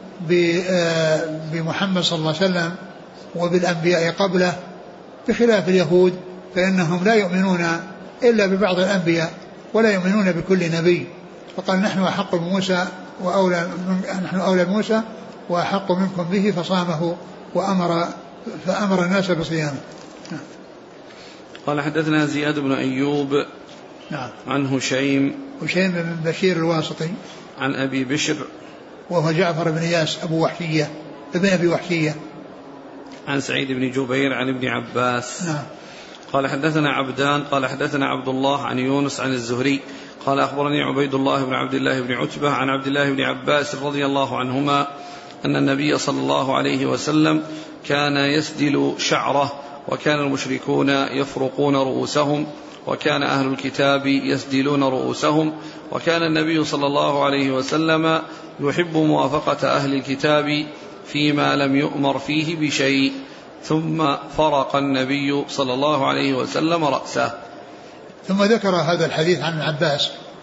بمحمد صلى الله عليه وسلم وبالأنبياء قبله، بخلاف اليهود فإنهم لا يؤمنون إلا ببعض الأنبياء ولا يؤمنون بكل نبي. فقال نحن أحق بموسى وأولى نحن أولى بموسى وأحق منكم به، فصامه وأمر فأمر الناس بصيامه. قال حدثنا زياد بن أيوب. نعم. عن هشيم هشيم بن بشير الواسطي. عن أبي بشر وهو جعفر بن إياس أبو وحشية ابن أبي وحشية. عن سعيد بن جبير عن ابن عباس. نعم. قال حدثنا عبدان قال حدثنا عبد الله عن يونس عن الزهري قال أخبرني عبيد الله بن عبد الله بن عتبة عن عبد الله بن عباس رضي الله عنهما أن النبي صلى الله عليه وسلم كان يسدل شعره، وكان المشركون يفرقون رؤوسهم، وكان أهل الكتاب يسدلون رؤوسهم، وكان النبي صلى الله عليه وسلم يحب موافقة أهل الكتاب فيما لم يؤمر فيه بشيء. ثم فرق النبي صلى الله عليه وسلم رأسه. ثم ذكر هذا الحديث عن العباس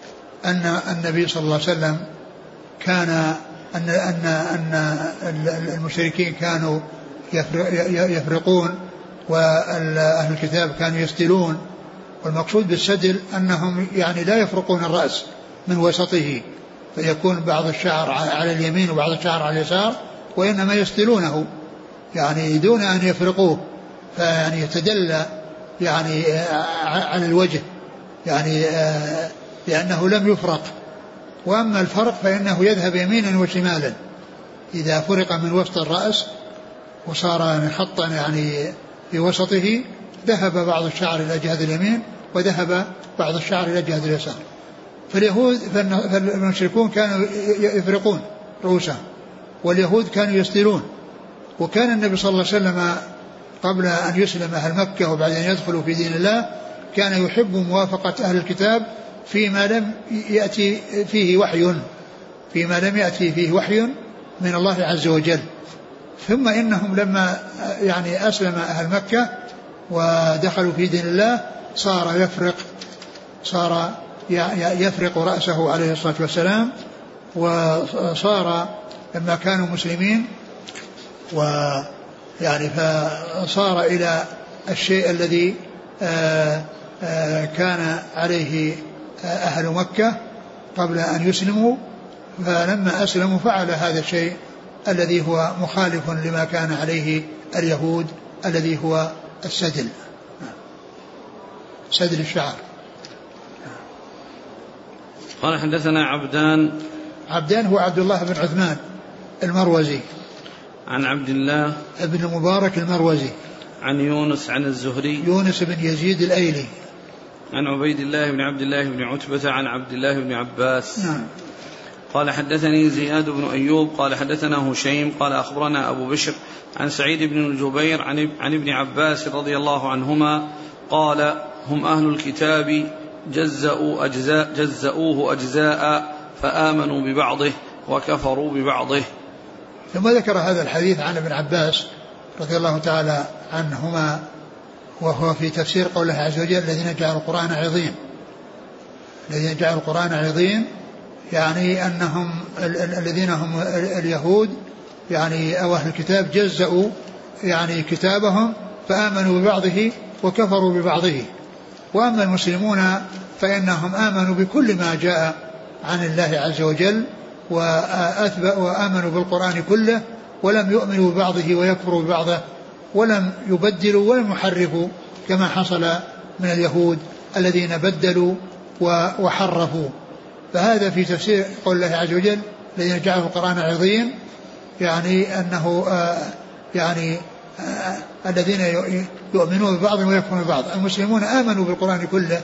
أن النبي صلى الله عليه وسلم كان أن أن أن المشركين كانوا يفرقون وأهل الكتاب كانوا يسدلون، والمقصود بالسدل أنهم يعني لا يفرقون الرأس من وسطه فيكون بعض الشعر على اليمين وبعض الشعر على اليسار، وإنما يسدلونه يعني دون أن يفرقوه، فيعني يتدلى يعني على الوجه يعني لأنه لم يفرق. وأما الفرق فإنه يذهب يمينا وشمالا، إذا فرق من وسط الرأس وصار خطا يعني في وسطه ذهب بعض الشعر إلى جهة اليمين وذهب بعض الشعر إلى جهة اليسار. فاليهود فالمشركون كانوا يفرقون رؤوسهم واليهود كانوا يسدلون. وكان النبي صلى الله عليه وسلم قبل أن يسلم أهل مكة وبعد أن يدخلوا في دين الله كان يحب موافقة أهل الكتاب فيما لم يأتي فيه وحي فيما لم يأتي فيه وحي من الله عز وجل. ثم إنهم لما يعني أسلم أهل مكة ودخلوا في دين الله صار يفرق صار يفرق رأسه عليه الصلاة والسلام، وصار لما كانوا مسلمين ويعني فصار إلى الشيء الذي آآ آآ كان عليه أهل مكة قبل أن يسلموا، فلما أسلموا فعل هذا الشيء الذي هو مخالف لما كان عليه اليهود الذي هو السدل سدل الشعر. قال حدثنا عبدان عبدان هو عبد الله بن عثمان المروزي عن عبد الله بن المبارك المروزي عن يونس عن الزهري يونس بن يزيد الأيلي عن عبيد الله بن عبد الله بن عتبة عن عبد الله بن عباس. نعم. قال حدثني زياد بن أيوب قال حدثنا هشيم قال أخبرنا أبو بشر عن سعيد بن الجبير عن, عن ابن عباس رضي الله عنهما قال هم أهل الكتاب جزأوا أجزاء جزأوه أجزاء فآمنوا ببعضه وكفروا ببعضه. ثم ذكر هذا الحديث عن ابن عباس رضي الله تعالى عنهما وهو في تفسير قوله عز وجل الذين جعلوا القرآن عظيم الذين جعلوا القرآن عظيم يعني أنهم الذين هم اليهود يعني أو أهل الكتاب جزأوا يعني كتابهم فآمنوا ببعضه وكفروا ببعضه. وأما المسلمون فإنهم آمنوا بكل ما جاء عن الله عز وجل وآمنوا بالقرآن كله ولم يؤمنوا ببعضه ويكفروا ببعضه ولم يبدلوا ولم يحرفوا كما حصل من اليهود الذين بدلوا وحرفوا. فهذا في تفسير قول الله عز وجل الذين جعلوا القرآن عظيم يعني أنه آه يعني آه الذين يؤمنون ببعض ويكفرون ببعض. المسلمون آمنوا بالقرآن كله،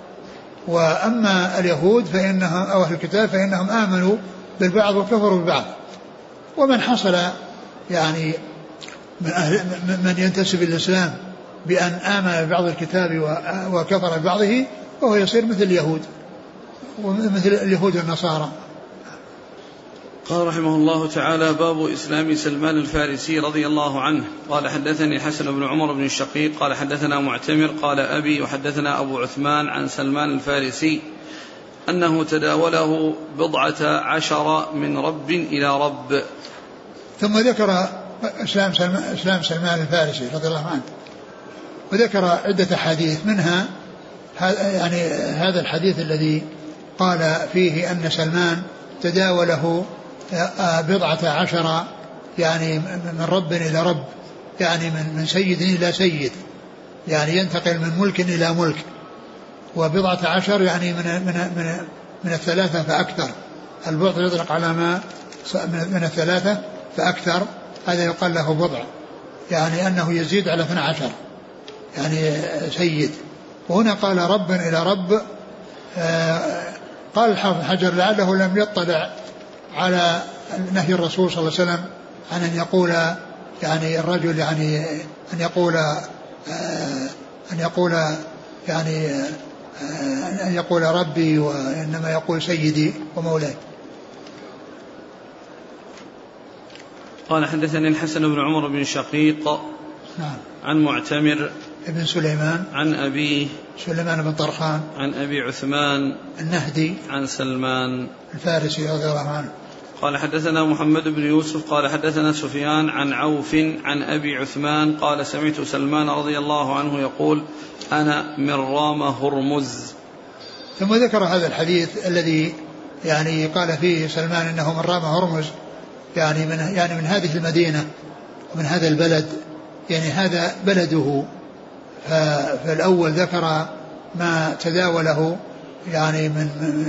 وأما اليهود فإنهم أو أهل الكتاب فإنهم آمنوا بالبعض وكفروا ببعض. ومن حصل يعني من, أهل من ينتسب الإسلام بأن آمن ببعض الكتاب وكفر ببعضه فهو يصير مثل اليهود ومثل اليهود والنصارى. قال رحمه الله تعالى باب إسلام سلمان الفارسي رضي الله عنه. قال حدثني حسن بن عمر بن الشقيق قال حدثنا معتمر قال أبي وحدثنا أبو عثمان عن سلمان الفارسي أنه تداوله بضعة عشر من رب إلى رب. ثم ذكر إسلام سلمان, إسلام سلمان الفارسي رضي الله عنه وذكر عدة حديث منها يعني هذا الحديث الذي قال فيه أن سلمان تداوله بضعة عشر يعني من رب إلى رب يعني من سيد إلى سيد يعني ينتقل من ملك إلى ملك. وبضعة عشر يعني من, من, من, من الثلاثة فأكثر. البضع يطلق على ما من الثلاثة فأكثر، هذا يقال له بضع يعني أنه يزيد على اثنى عشر يعني سيد. وهنا قال رب إلى رب. آه قال الحافظ حجر لعله لم يطلع على نهي الرسول صلى الله عليه وسلم عن أن يقول يعني الرجل يعني أن يقول آه أن يقول يعني آه أن يقول ربي وإنما يقول سيدي ومولاي. قال حدثني الحسن بن عمر بن شقيق نعم. عن معتمر ابن سليمان عن أبيه سليمان بن طرخان عن أبي عثمان النهدي عن سلمان الفارسي رضي الله عنه. قال حدثنا محمد بن يوسف قال حدثنا سفيان عن عوف عن أبي عثمان قال سمعت سلمان رضي الله عنه يقول أنا من رام هرمز. ثم ذكر هذا الحديث الذي يعني قال فيه سلمان إنه من رام هرمز، يعني من يعني من هذه المدينة ومن هذا البلد، يعني هذا بلده. فالأول ذكر ما تداوله يعني من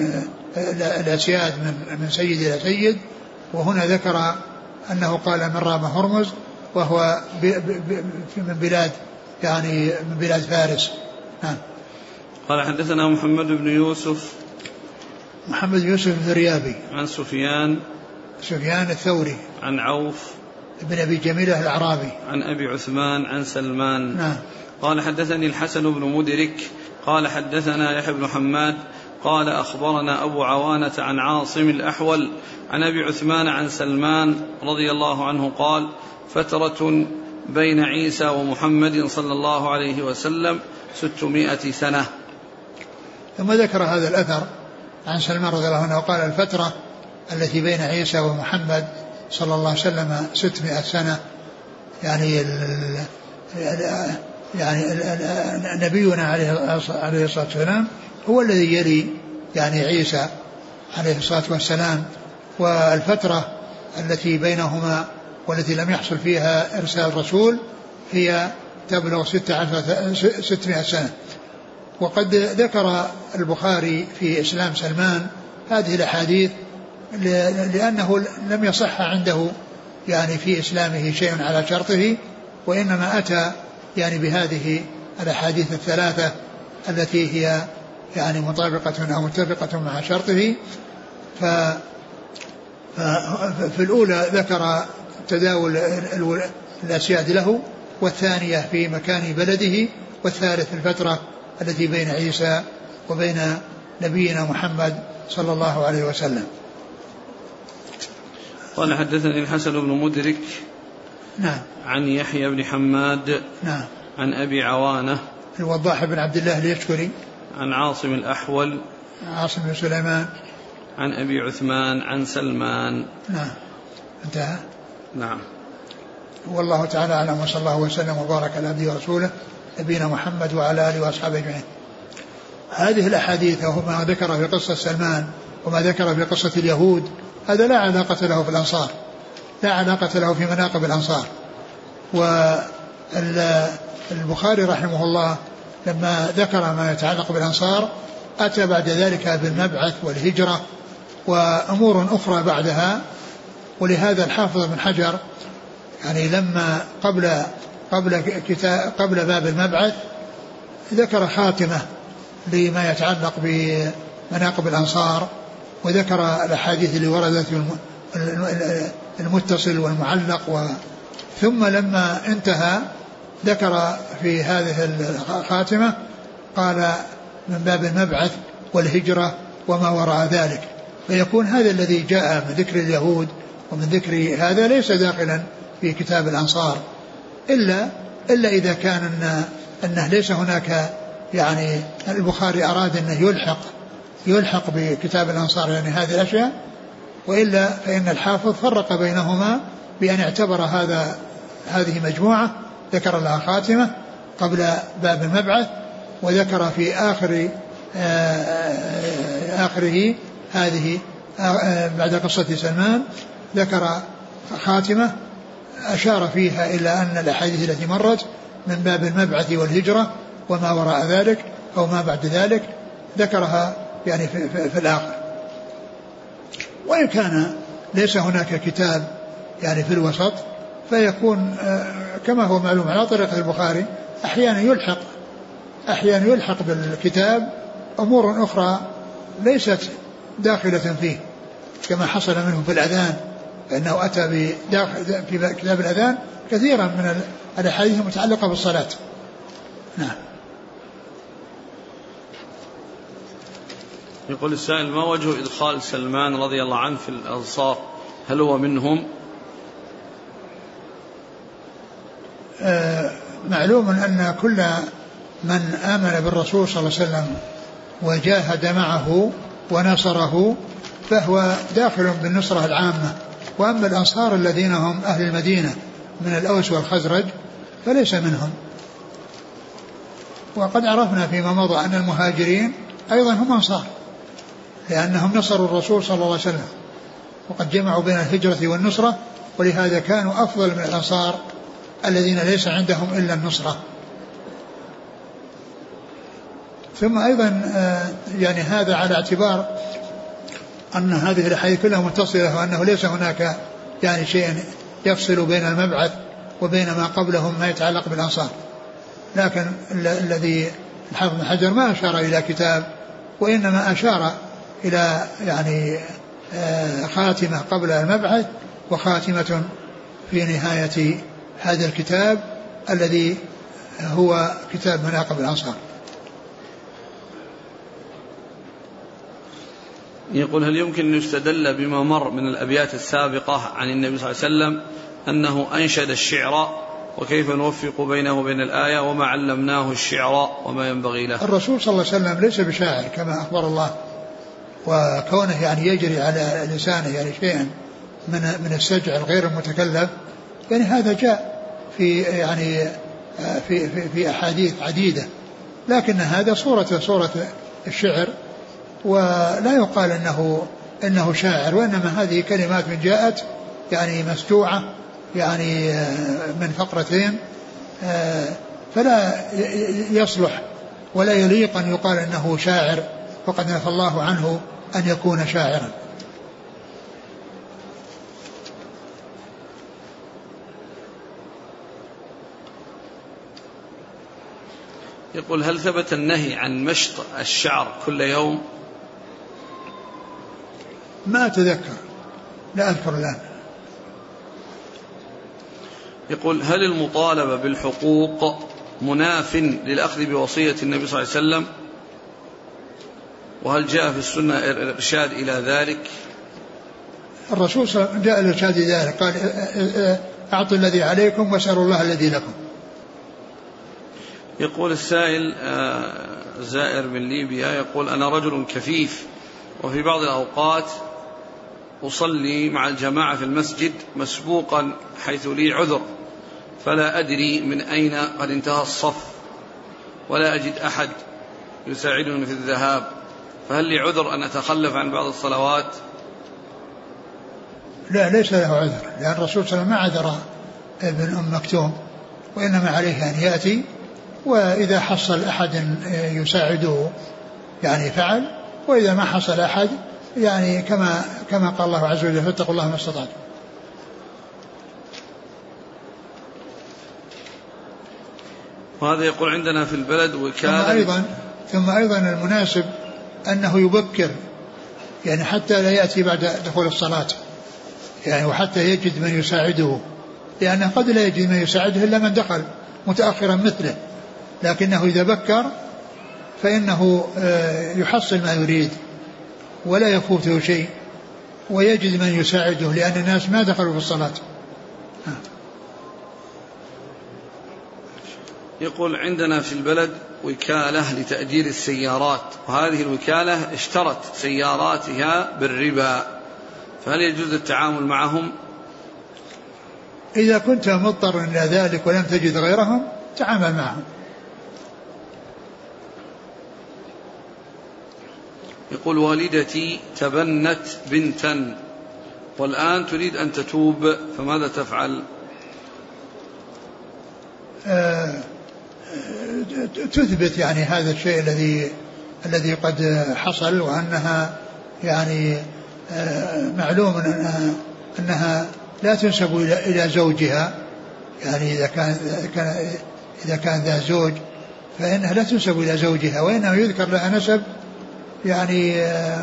الأسياد من من سيد إلى سيد، وهنا ذكر أنه قال من رام هرمز وهو من بلاد يعني من بلاد فارس. نعم. قال حدثنا محمد بن يوسف محمد يوسف الذريابي عن سفيان سفيان الثوري عن عوف ابن أبي جميلة الأعرابي عن أبي عثمان عن سلمان. نعم. قال حدثني الحسن بن مدرك قال حدثنا يحيى بن حماد قال أخبرنا أبو عوانة عن عاصم الأحول عن أبي عثمان عن سلمان رضي الله عنه قال فترة بين عيسى ومحمد صلى الله عليه وسلم ستمائة سنة. ثم ذكر هذا الأثر عن سلمان رضي الله عنه وقال الفترة التي بين عيسى ومحمد صلى الله عليه وسلم ستمائة سنة، يعني ال يعني نبينا عليه الصلاة والسلام هو الذي يلي يعني عيسى عليه الصلاة والسلام، والفترة التي بينهما والتي لم يحصل فيها إرسال رسول هي تبلغ ستمائة سنة. وقد ذكر البخاري في إسلام سلمان هذه الأحاديث لأنه لم يصح عنده يعني في إسلامه شيء على شرطه، وإنما أتى يعني بهذه الأحاديث الثلاثة التي هي يعني مطابقة أو متفقة مع شرطه. ف في الأولى ذكر تداول الأسياد له، والثانية في مكان بلده، والثالث الفترة التي بين عيسى وبين نبينا محمد صلى الله عليه وسلم. قال حدثني الحسن بن مدرك نعم عن يحيى بن حماد نعم عن أبي عوانة الوضاح بن عبد الله اليشكري عن عاصم الأحول عاصم بن سليمان عن أبي عثمان عن سلمان. نعم انتهى. نعم. والله تعالى أعلم، وصلى الله وسلم وبارك على عبده ورسوله نبينا محمد وعلى آله وأصحابه أجمعين. هذه الأحاديث وما ذكر في قصة سلمان وما ذكر في قصة اليهود هذا لا علاقة له في الأنصار، لا علاقة له في مناقب الأنصار. والبخاري رحمه الله لما ذكر ما يتعلق بالأنصار أتى بعد ذلك بالمبعث والهجرة وأمور أخرى بعدها. ولهذا الحافظ بن حجر يعني لما قبل قبل كتاب قبل باب المبعث ذكر خاتمة لما يتعلق بمناقب الأنصار، وذكر الأحاديث اللي وردت المتصل والمعلق و ثم لما انتهى ذكر في هذه الخاتمة قال من باب المبعث والهجرة وما وراء ذلك. فيكون هذا الذي جاء من ذكر اليهود ومن ذكر هذا ليس داخلا في كتاب الأنصار، إلا إلا إذا كان إن أنه ليس هناك يعني البخاري أراد أنه يلحق يلحق بكتاب الأنصار يعني هذه الأشياء، وإلا فإن الحافظ فرق بينهما بأن اعتبر هذا هذه مجموعة ذكر لها خاتمة قبل باب المبعث، وذكر في آخر آخره هذه بعد قصة سلمان ذكر خاتمة أشار فيها إلى أن الأحاديث التي مرت من باب المبعث والهجرة وما وراء ذلك أو ما بعد ذلك ذكرها يعني في, في, في الآخر. وإن كان ليس هناك كتاب يعني في الوسط فيكون كما هو معلوم على طريقة البخاري أحيانا يلحق أحيانا يلحق بالكتاب أمور أخرى ليست داخلة فيه، كما حصل منه في الأذان، فإنه أتى في كتاب الأذان كثيرا من الأحاديث المتعلقة بالصلاة. نعم. يقول السائل: ما وجه إدخال سلمان رضي الله عنه في الأنصار؟ هل هو منهم؟ آه معلوم أن كل من آمن بالرسول صلى الله عليه وسلم وجاهد معه ونصره فهو داخل بالنصرة العامة. وأما الأنصار الذين هم أهل المدينة من الأوس والخزرج فليس منهم. وقد عرفنا فيما مضى أن المهاجرين أيضا هم أنصار لأنهم نصروا الرسول صلى الله عليه وسلم وقد جمعوا بين الهجرة والنصرة، ولهذا كانوا أفضل من الأنصار الذين ليس عندهم إلا النصرة. ثم أيضا يعني هذا على اعتبار أن هذه الأحاديث كلها متصلة وأنه ليس هناك يعني شيء يفصل بين المبعث وبين ما قبلهم ما يتعلق بالأنصار. لكن الذي الحافظ بن حجر ما أشار إلى كتاب وإنما أشار إلى يعني خاتمة قبل المبعث وخاتمة في نهاية هذا الكتاب الذي هو كتاب مناقب الأنصار. يقول هل يمكن أن يستدل بما مر من الأبيات السابقة عن النبي صلى الله عليه وسلم أنه أنشد الشعر، وكيف نوفق بينه وبين الآية وما علمناه الشعر وما ينبغي له؟ الرسول صلى الله عليه وسلم ليس بشاعر كما أخبر الله، وكونه يعني يجري على لسانه يعني شيئا من من السجع الغير المتكلف يعني هذا جاء في يعني في في, في أحاديث عديدة، لكن هذا صورة صورة الشعر ولا يقال انه انه شاعر، وانما هذه كلمات من جاءت يعني مسجوعه يعني من فقرتين، فلا يصلح ولا يليق ان يقال انه شاعر، وقد نفى الله عنه ان يكون شاعرا. يقول هل ثبت النهي عن مشط الشعر كل يوم؟ ما أتذكر، لا أذكر الآن. يقول هل المطالبة بالحقوق مناف للأخذ بوصية النبي صلى الله عليه وسلم، وهل جاء في السنة الإرشاد إلى ذلك؟ الرسول صلى الله عليه وسلم جاء الإرشاد إلى ذلك، قال أعطوا الذي عليكم واسألوا الله الذي لكم. يقول السائل زائر من ليبيا يقول أنا رجل كفيف وفي بعض الأوقات أصلي مع الجماعة في المسجد مسبوقا حيث لي عذر، فلا أدري من أين قد انتهى الصف ولا أجد أحد يساعدني في الذهاب، فهل لي عذر أن أتخلف عن بعض الصلوات؟ لا، ليس له عذر، لأن الرسول صلى الله عليه وسلم ما عذر ابن أم مكتوم، وإنما عليه أن يأتي، وإذا حصل أحد يساعده يعني فعل، وإذا ما حصل أحد يعني كما كما قال الله عز وجل فاتقوا الله ما استطعتم. وهذا يقول عندنا في البلد وكالة. ثم أيضا ثم أيضا المناسب أنه يبكر يعني حتى لا يأتي بعد دخول الصلاة يعني، وحتى يجد من يساعده، لأنه قد لا يجد من يساعده إلا من دخل متأخرا مثله، لكنه إذا بكر فإنه يحصل ما يريد ولا يفوته شيء ويجد من يساعده، لأن الناس ما دخلوا في الصلاة. يقول عندنا في البلد وكالة لتأجير السيارات، وهذه الوكالة اشترت سياراتها بالربا، فهل يجوز التعامل معهم؟ إذا كنت مضطر إلى ذلك ولم تجد غيرهم تعامل معهم. يقول والدتي تبنت بنتا والآن تريد أن تتوب، فماذا تفعل؟ آه تثبت يعني هذا الشيء الذي الذي قد حصل، وأنها يعني آه معلوم أنها, أنها لا تنسب إلى زوجها، يعني إذا كان إذا كان ذا زوج فإنها لا تنسب إلى زوجها، وإنما يذكر لها نسب يعني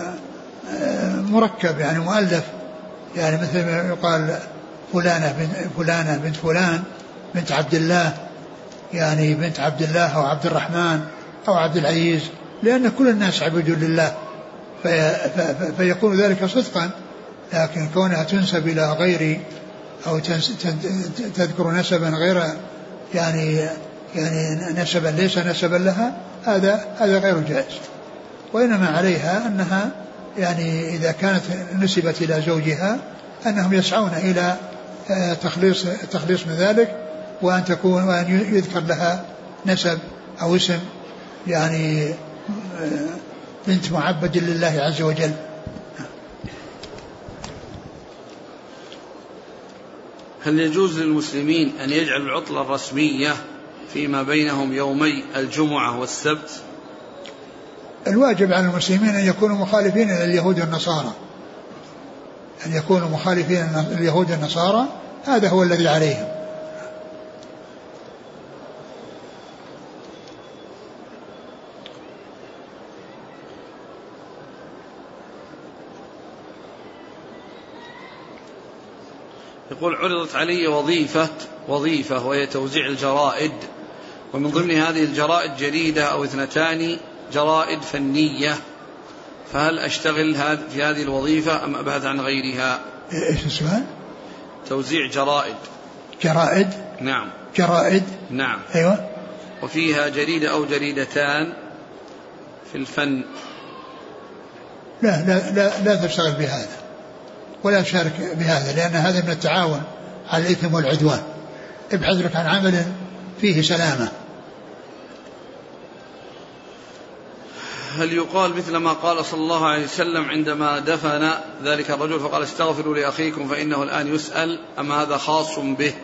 مركب يعني مؤلف، يعني مثل ما يقال فلانة بنت فلانة بنت فلان بنت عبد الله، يعني بنت عبد الله أو عبد الرحمن أو عبد العزيز، لأن كل الناس عبد لله في فيكون ذلك صدقا. لكن كونها تنسب إلى غير أو تذكر نسبا غير يعني يعني نسبا ليس نسبا لها هذا هذا غير جائز. وإنما عليها أنها يعني إذا كانت نسبت إلى زوجها أنهم يسعون إلى تخليص تخليص من ذلك، وأن تكون وأن يذكر لها نسب أو اسم يعني بنت معبد لله عز وجل. هل يجوز للمسلمين أن يجعلوا العطلة الرسمية فيما بينهم يومي الجمعة والسبت؟ الواجب على المسلمين أن يكونوا مخالفين لليهود والنصارى، أن يكونوا مخالفين لليهود والنصارى، هذا هو الذي عليهم. يقول عرضت علي وظيفة وظيفة وهي توزيع الجرائد، ومن ضمن هذه الجرائد جريدة أو اثنتان جرائد فنية، فهل أشتغل في هذه الوظيفة أم أبحث عن غيرها؟ إيش السؤال؟ توزيع جرائد. جرائد؟ نعم. جرائد؟ نعم. أيوة. وفيها جريدة أو جريدتان في الفن. لا لا لا, لا تشتغل بهذا ولا تشارك بهذا، لأن هذا من التعاون على الإثم والعدوان. ابحث لك عن عمل فيه سلامة. هل يقال مثل ما قال صلى الله عليه وسلم عندما دفن ذلك الرجل فقال استغفروا لأخيكم فإنه الآن يسأل، أم هذا خاص به؟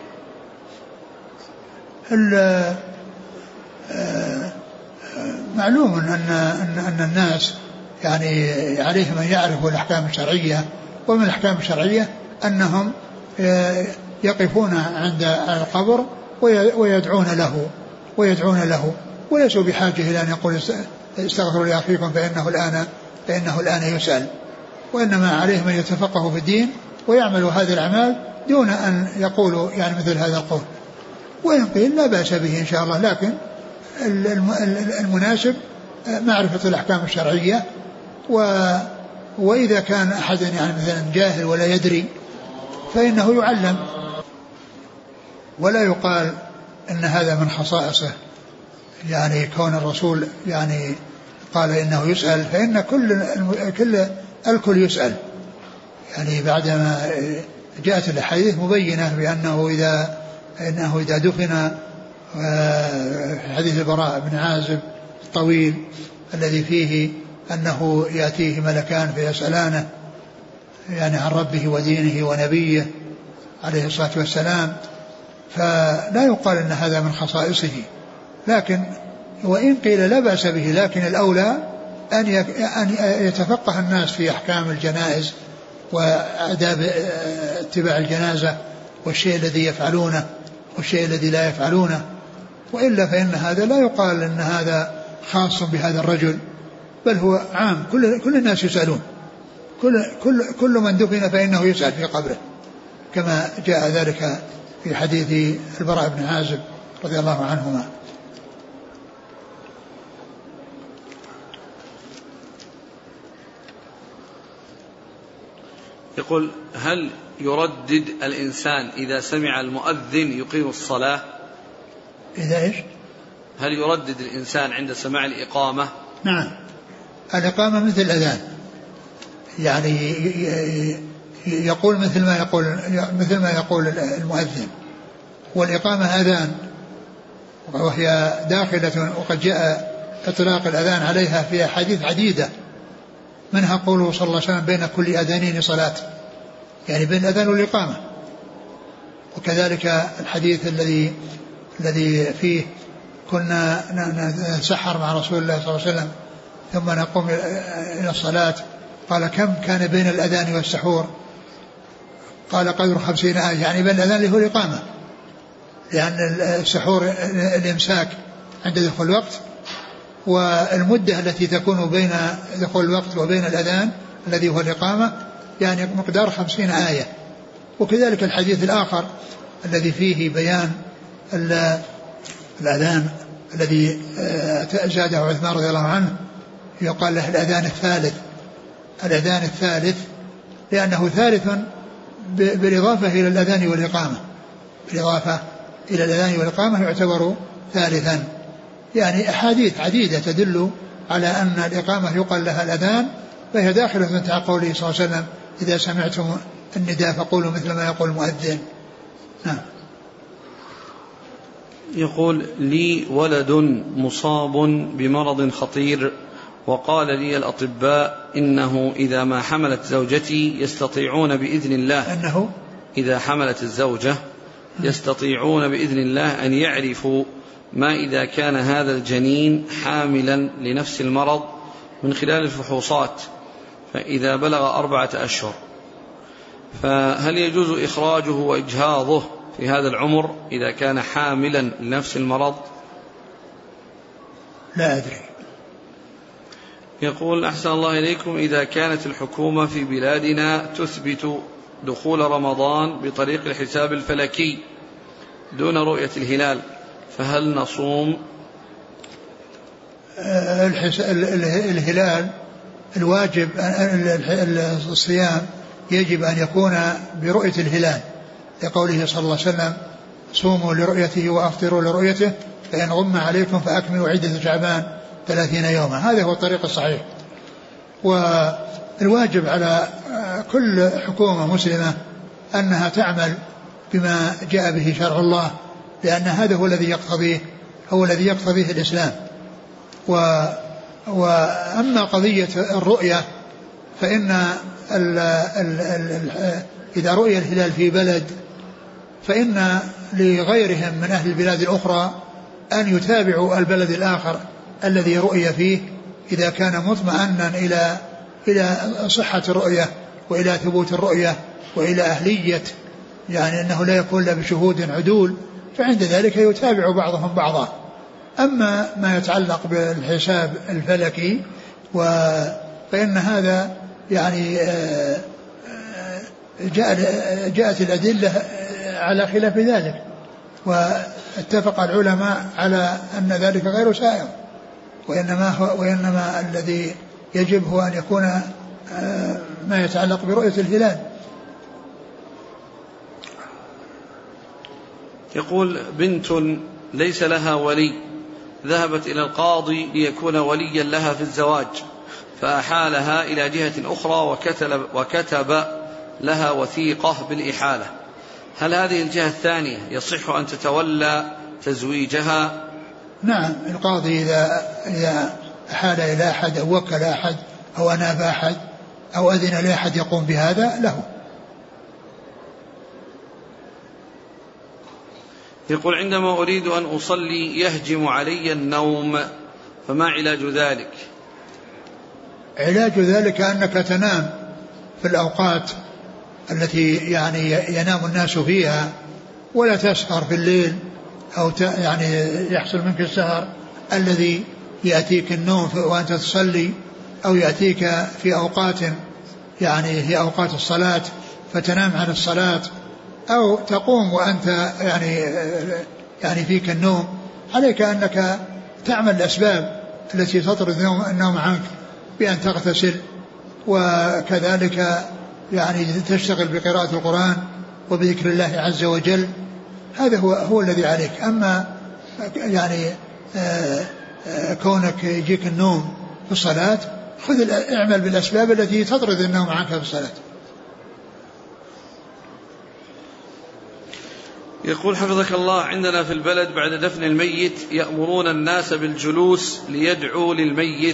معلوم أن, أن الناس يعني عليهم أن يعرفوا الأحكام الشرعية، ومن الأحكام الشرعية أنهم يقفون عند القبر ويدعون له ويدعون له وليسوا بحاجة إلى أن يقول استغفروا لأخيكم فإنه الآن فإنه الآن يسأل، وإنما عليهم أن يتفقهوا في الدين ويعملوا هذه الأعمال دون أن يقولوا يعني مثل هذا القول. وإن قيل لا بأس به إن شاء الله، لكن المناسب معرفة الأحكام الشرعية، و وإذا كان أحد يعني مثلا جاهل ولا يدري فإنه يعلم، ولا يقال أن هذا من خصائصه، يعني كون الرسول يعني قال إنه يسأل، فإن كل كل الكل يسأل، يعني بعدما جاءت الحديث مبينة بأنه إذا إنه إذا دفن حديث البراء بن عازب الطويل الذي فيه أنه يأتيه ملكان فيسألانه يعني عن ربه ودينه ونبيه عليه الصلاة والسلام، فلا يقال أن هذا من خصائصه، لكن وإن قيل لا بأس به، لكن الأولى أن يتفقه الناس في أحكام الجنائز وآداب اتباع الجنازة والشيء الذي يفعلونه والشيء الذي لا يفعلونه، وإلا فإن هذا لا يقال أن هذا خاص بهذا الرجل، بل هو عام، كل كل الناس يسألون، كل كل كل من دفن فإنه يسأل في قبره، كما جاء ذلك في حديث البراء بن عازب رضي الله عنهما. يقول هل يردد الإنسان إذا سمع المؤذن يقيم الصلاة؟ إذا إيش؟ هل يردد الإنسان عند سماع الإقامة؟ نعم، الإقامة مثل الأذان، يعني يقول مثل ما يقول مثل ما يقول المؤذن، والإقامة أذان، وهي داخلة، وقد جاء إطلاق الأذان عليها في أحاديث عديدة، منها قوله صلى الله عليه وسلم بين كل أذانين صلاة، يعني بين الأذان والإقامة. وكذلك الحديث الذي الذي فيه كنا نسحر مع رسول الله صلى الله عليه وسلم ثم نقوم إلى الصلاة، قال كم كان بين الأذان والسحور؟ قال قدر خمسين آية، يعني بين الأذان اللي هو الإقامة، لأن السحور الإمساك عند دخول الوقت، والمدة التي تكون بين دخول الوقت وبين الأذان الذي هو الإقامة يعني مقدار خمسين آية. وكذلك الحديث الآخر الذي فيه بيان الأذان الذي زاده عثمان رضي الله عنه، يقال له الأذان الثالث، الأذان الثالث لأنه ثالث بالإضافة إلى الأذان والإقامة، بالإضافة إلى الأذان والإقامة يعتبر ثالثا. يعني أحاديث عديدة تدل على أن الإقامة يقال لها الأذان، فهي داخلة تحت قوله صلى الله عليه وسلم إذا سمعتم النداء فقولوا مثل ما يقول المؤذن. نعم. يقول لي ولد مصاب بمرض خطير، وقال لي الأطباء إنه إذا ما حملت زوجتي يستطيعون بإذن الله أنه إذا حملت الزوجة يستطيعون بإذن الله أن يعرفوا ما إذا كان هذا الجنين حاملا لنفس المرض من خلال الفحوصات، فإذا بلغ أربعة أشهر فهل يجوز إخراجه وإجهاضه في هذا العمر إذا كان حاملا لنفس المرض؟ لا أدري. يقول أحسن الله إليكم، إذا كانت الحكومة في بلادنا تثبت دخول رمضان بطريق الحساب الفلكي دون رؤية الهلال فهل نصوم؟ الهلال الواجب الصيام يجب أن يكون برؤية الهلال، لقوله صلى الله عليه وسلم صوموا لرؤيته وأفطروا لرؤيته فإن غم عليكم فأكملوا عدة شعبان ثلاثين يوما. هذا هو الطريق الصحيح. والواجب على كل حكومة مسلمة أنها تعمل بما جاء به شرع الله، لأن هذا هو الذي يقتضيه هو الذي يقتضيه الإسلام. و وأما قضية الرؤية فإن ال ال ال إذا رؤي الهلال في بلد فإن لغيرهم من أهل البلاد الأخرى أن يتابعوا البلد الآخر الذي رؤي فيه إذا كان مطمئنا إلى إلى صحة الرؤية وإلى ثبوت الرؤية وإلى أهلية، يعني أنه لا يكون لا بشهود عدول، فعند ذلك يتابع بعضهم بعضا. أما ما يتعلق بالحساب الفلكي فإن هذا يعني جاء جاءت الأدلة على خلاف ذلك، واتفق العلماء على أن ذلك غير سائغ، وإنما, هو وإنما الذي يجب هو أن يكون ما يتعلق برؤية الهلال. يقول بنت ليس لها ولي ذهبت إلى القاضي ليكون وليا لها في الزواج، فأحالها إلى جهة أخرى وكتب, وكتب لها وثيقة بالإحالة، هل هذه الجهة الثانية يصح أن تتولى تزويجها؟ نعم، القاضي إذا, إذا أحال إلى أحد أو وكل أحد أو أناب أحد أو أذن لأحد يقوم بهذا له. يقول عندما أريد أن أصلي يهجم علي النوم فما علاج ذلك؟ علاج ذلك أنك تنام في الأوقات التي يعني ينام الناس فيها، ولا تسهر في الليل أو يعني يحصل منك السهر الذي يأتيك النوم وأنت تصلي، أو يأتيك في أوقات يعني هي أوقات الصلاة فتنام عن الصلاة، أو تقوم وأنت يعني يعني فيك النوم. عليك أنك تعمل الأسباب التي تطرد النوم عنك بأن تغتسل، وكذلك يعني تشتغل بقراءة القرآن وبذكر الله عز وجل. هذا هو هو الذي عليك. أما يعني آآ آآ كونك يجيك النوم في الصلاة، خذ اعمل بالأسباب التي تطرد النوم عنك في الصلاة. يقول حفظك الله عندنا في البلد بعد دفن الميت يأمرون الناس بالجلوس ليدعوا للميت،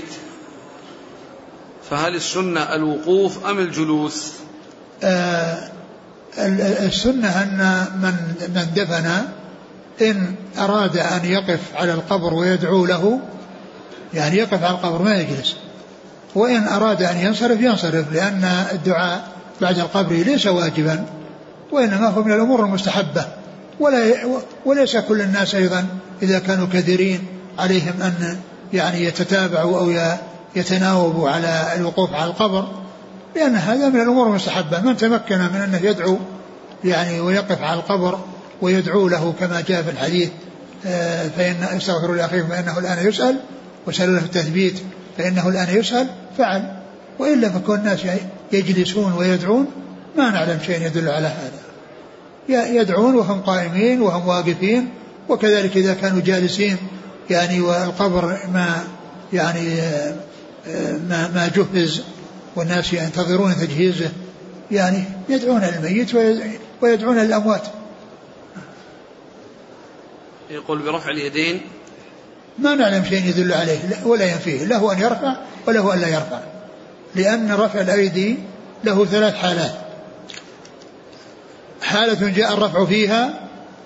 فهل السنة الوقوف أم الجلوس؟ آه السنة أن من, من دفن إن أراد أن يقف على القبر ويدعو له يعني يقف على القبر ما يجلس، وإن أراد أن ينصرف ينصرف، لأن الدعاء بعد القبر ليس واجبا وإنما هو من الأمور المستحبة، ولا وليس كل الناس أيضا إذا كانوا كثيرين عليهم أن يعني يتتابعوا أو يتناوبوا على الوقوف على القبر، لأن هذا من الأمور المستحبة. من تمكن من أنه يدعو يعني ويقف على القبر ويدعو له كما جاء في الحديث فإن استغفروا لأخيكم فإنه الآن يسأل وسألوا له التثبيت فإنه الآن يسأل فعل، وإلا فكون الناس يجلسون ويدعون ما نعلم شيء يدل على هذا. يدعون وهم قائمين وهم واقفين وكذلك إذا كانوا جالسين يعني والقبر ما يعني ما, ما جهز والناس ينتظرون تجهيزه يعني يدعون الميت ويدعون الأموات. يقول برفع اليدين ما نعلم شيء يدل عليه ولا ينفيه، له أن يرفع وله أن لا يرفع، لأن رفع الأيدي له ثلاث حالات: حالة جاء الرفع فيها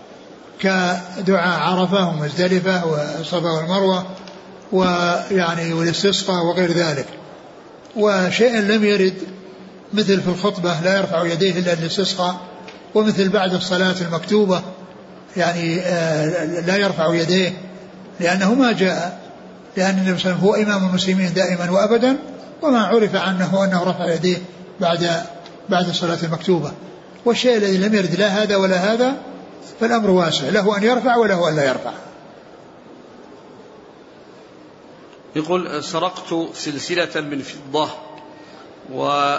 كدعاء عرفة ومزدلفة والصفا والمروة ويعني والاستسقاء وغير ذلك، وشيء لم يرد مثل في الخطبة لا يرفع يديه إلا الاستسقاء، ومثل بعد الصلاة المكتوبة يعني لا يرفع يديه لأنه ما جاء، لأن النبي صلى الله عليه وسلم هو إمام المسلمين دائما وأبدا، وما عرف عنه أنه رفع يديه بعد بعد الصلاة المكتوبة. والشيء الذي لم يرد لا هذا ولا هذا فالأمر واسع، له أن يرفع وله أن لا يرفع. يقول سرقت سلسلة من فضة و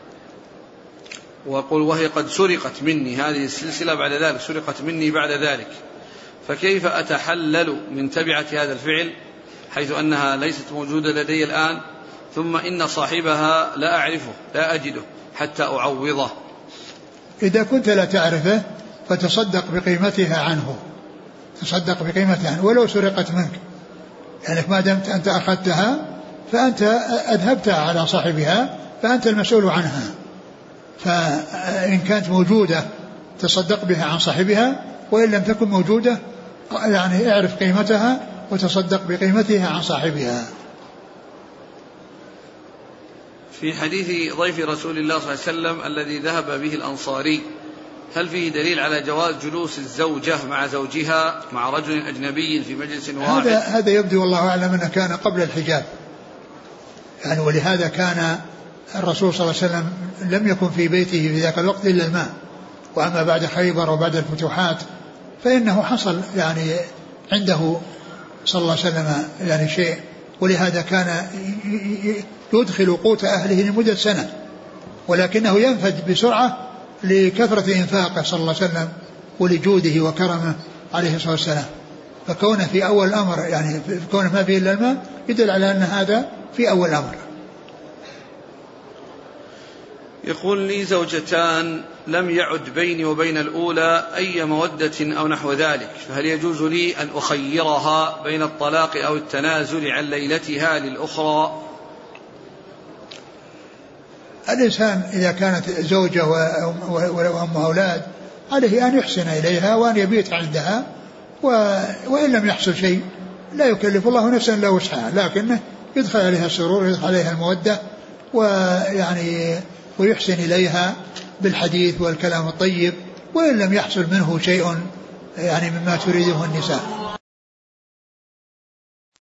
وقل وهي قد سرقت مني، هذه السلسلة بعد ذلك سرقت مني بعد ذلك، فكيف أتحلل من تبعة هذا الفعل حيث أنها ليست موجودة لدي الآن، ثم إن صاحبها لا أعرفه لا أجده حتى أعوضه؟ إذا كنت لا تعرفه فتصدق بقيمتها عنه، تصدق بقيمتها عنه ولو سرقت منك، يعني ما دمت أنت أخذتها فأنت أذهبتها على صاحبها فأنت المسؤول عنها، فإن كانت موجودة تصدق بها عن صاحبها، وإن لم تكن موجودة يعني اعرف قيمتها وتصدق بقيمتها عن صاحبها. في حديث ضيف رسول الله صلى الله عليه وسلم الذي ذهب به الأنصاري، هل فيه دليل على جواز جلوس الزوجة مع زوجها مع رجل أجنبي في مجلس واحد؟ هذا هذا يبدو والله أعلم أنه كان قبل الحجاب يعني، ولهذا كان الرسول صلى الله عليه وسلم لم يكن في بيته في ذاك الوقت إلا الماء، وأما بعد خيبر وبعد الفتوحات فإنه حصل يعني عنده صلى الله عليه وسلم يعني شيء، ولهذا كان يدخل قوت أهله لمدة سنة، ولكنه ينفد بسرعة لكثرة إنفاقه صلى الله عليه وسلم ولجوده وكرمه عليه الصلاة والسلام. فكونه في أول الأمر يعني كونه ما فيه إلا الماء يدل على أن هذا في أول الأمر. يقول لي زوجتان لم يعد بيني وبين الأولى أي مودة أو نحو ذلك، فهل يجوز لي أن أخيرها بين الطلاق أو التنازل عن ليلتها للأخرى؟ الإنسان إذا كانت زوجة وأم أولاد عليه أن يحسن إليها وأن يبيت عندها، وإن لم يحصل شيء لا يكلف الله نفسا إلا وسعها، لكنه يدخل عليها السرور يدخل عليها المودة ويعني ويحسن إليها بالحديث والكلام الطيب، وإن لم يحصل منه شيء يعني مما تريده النساء.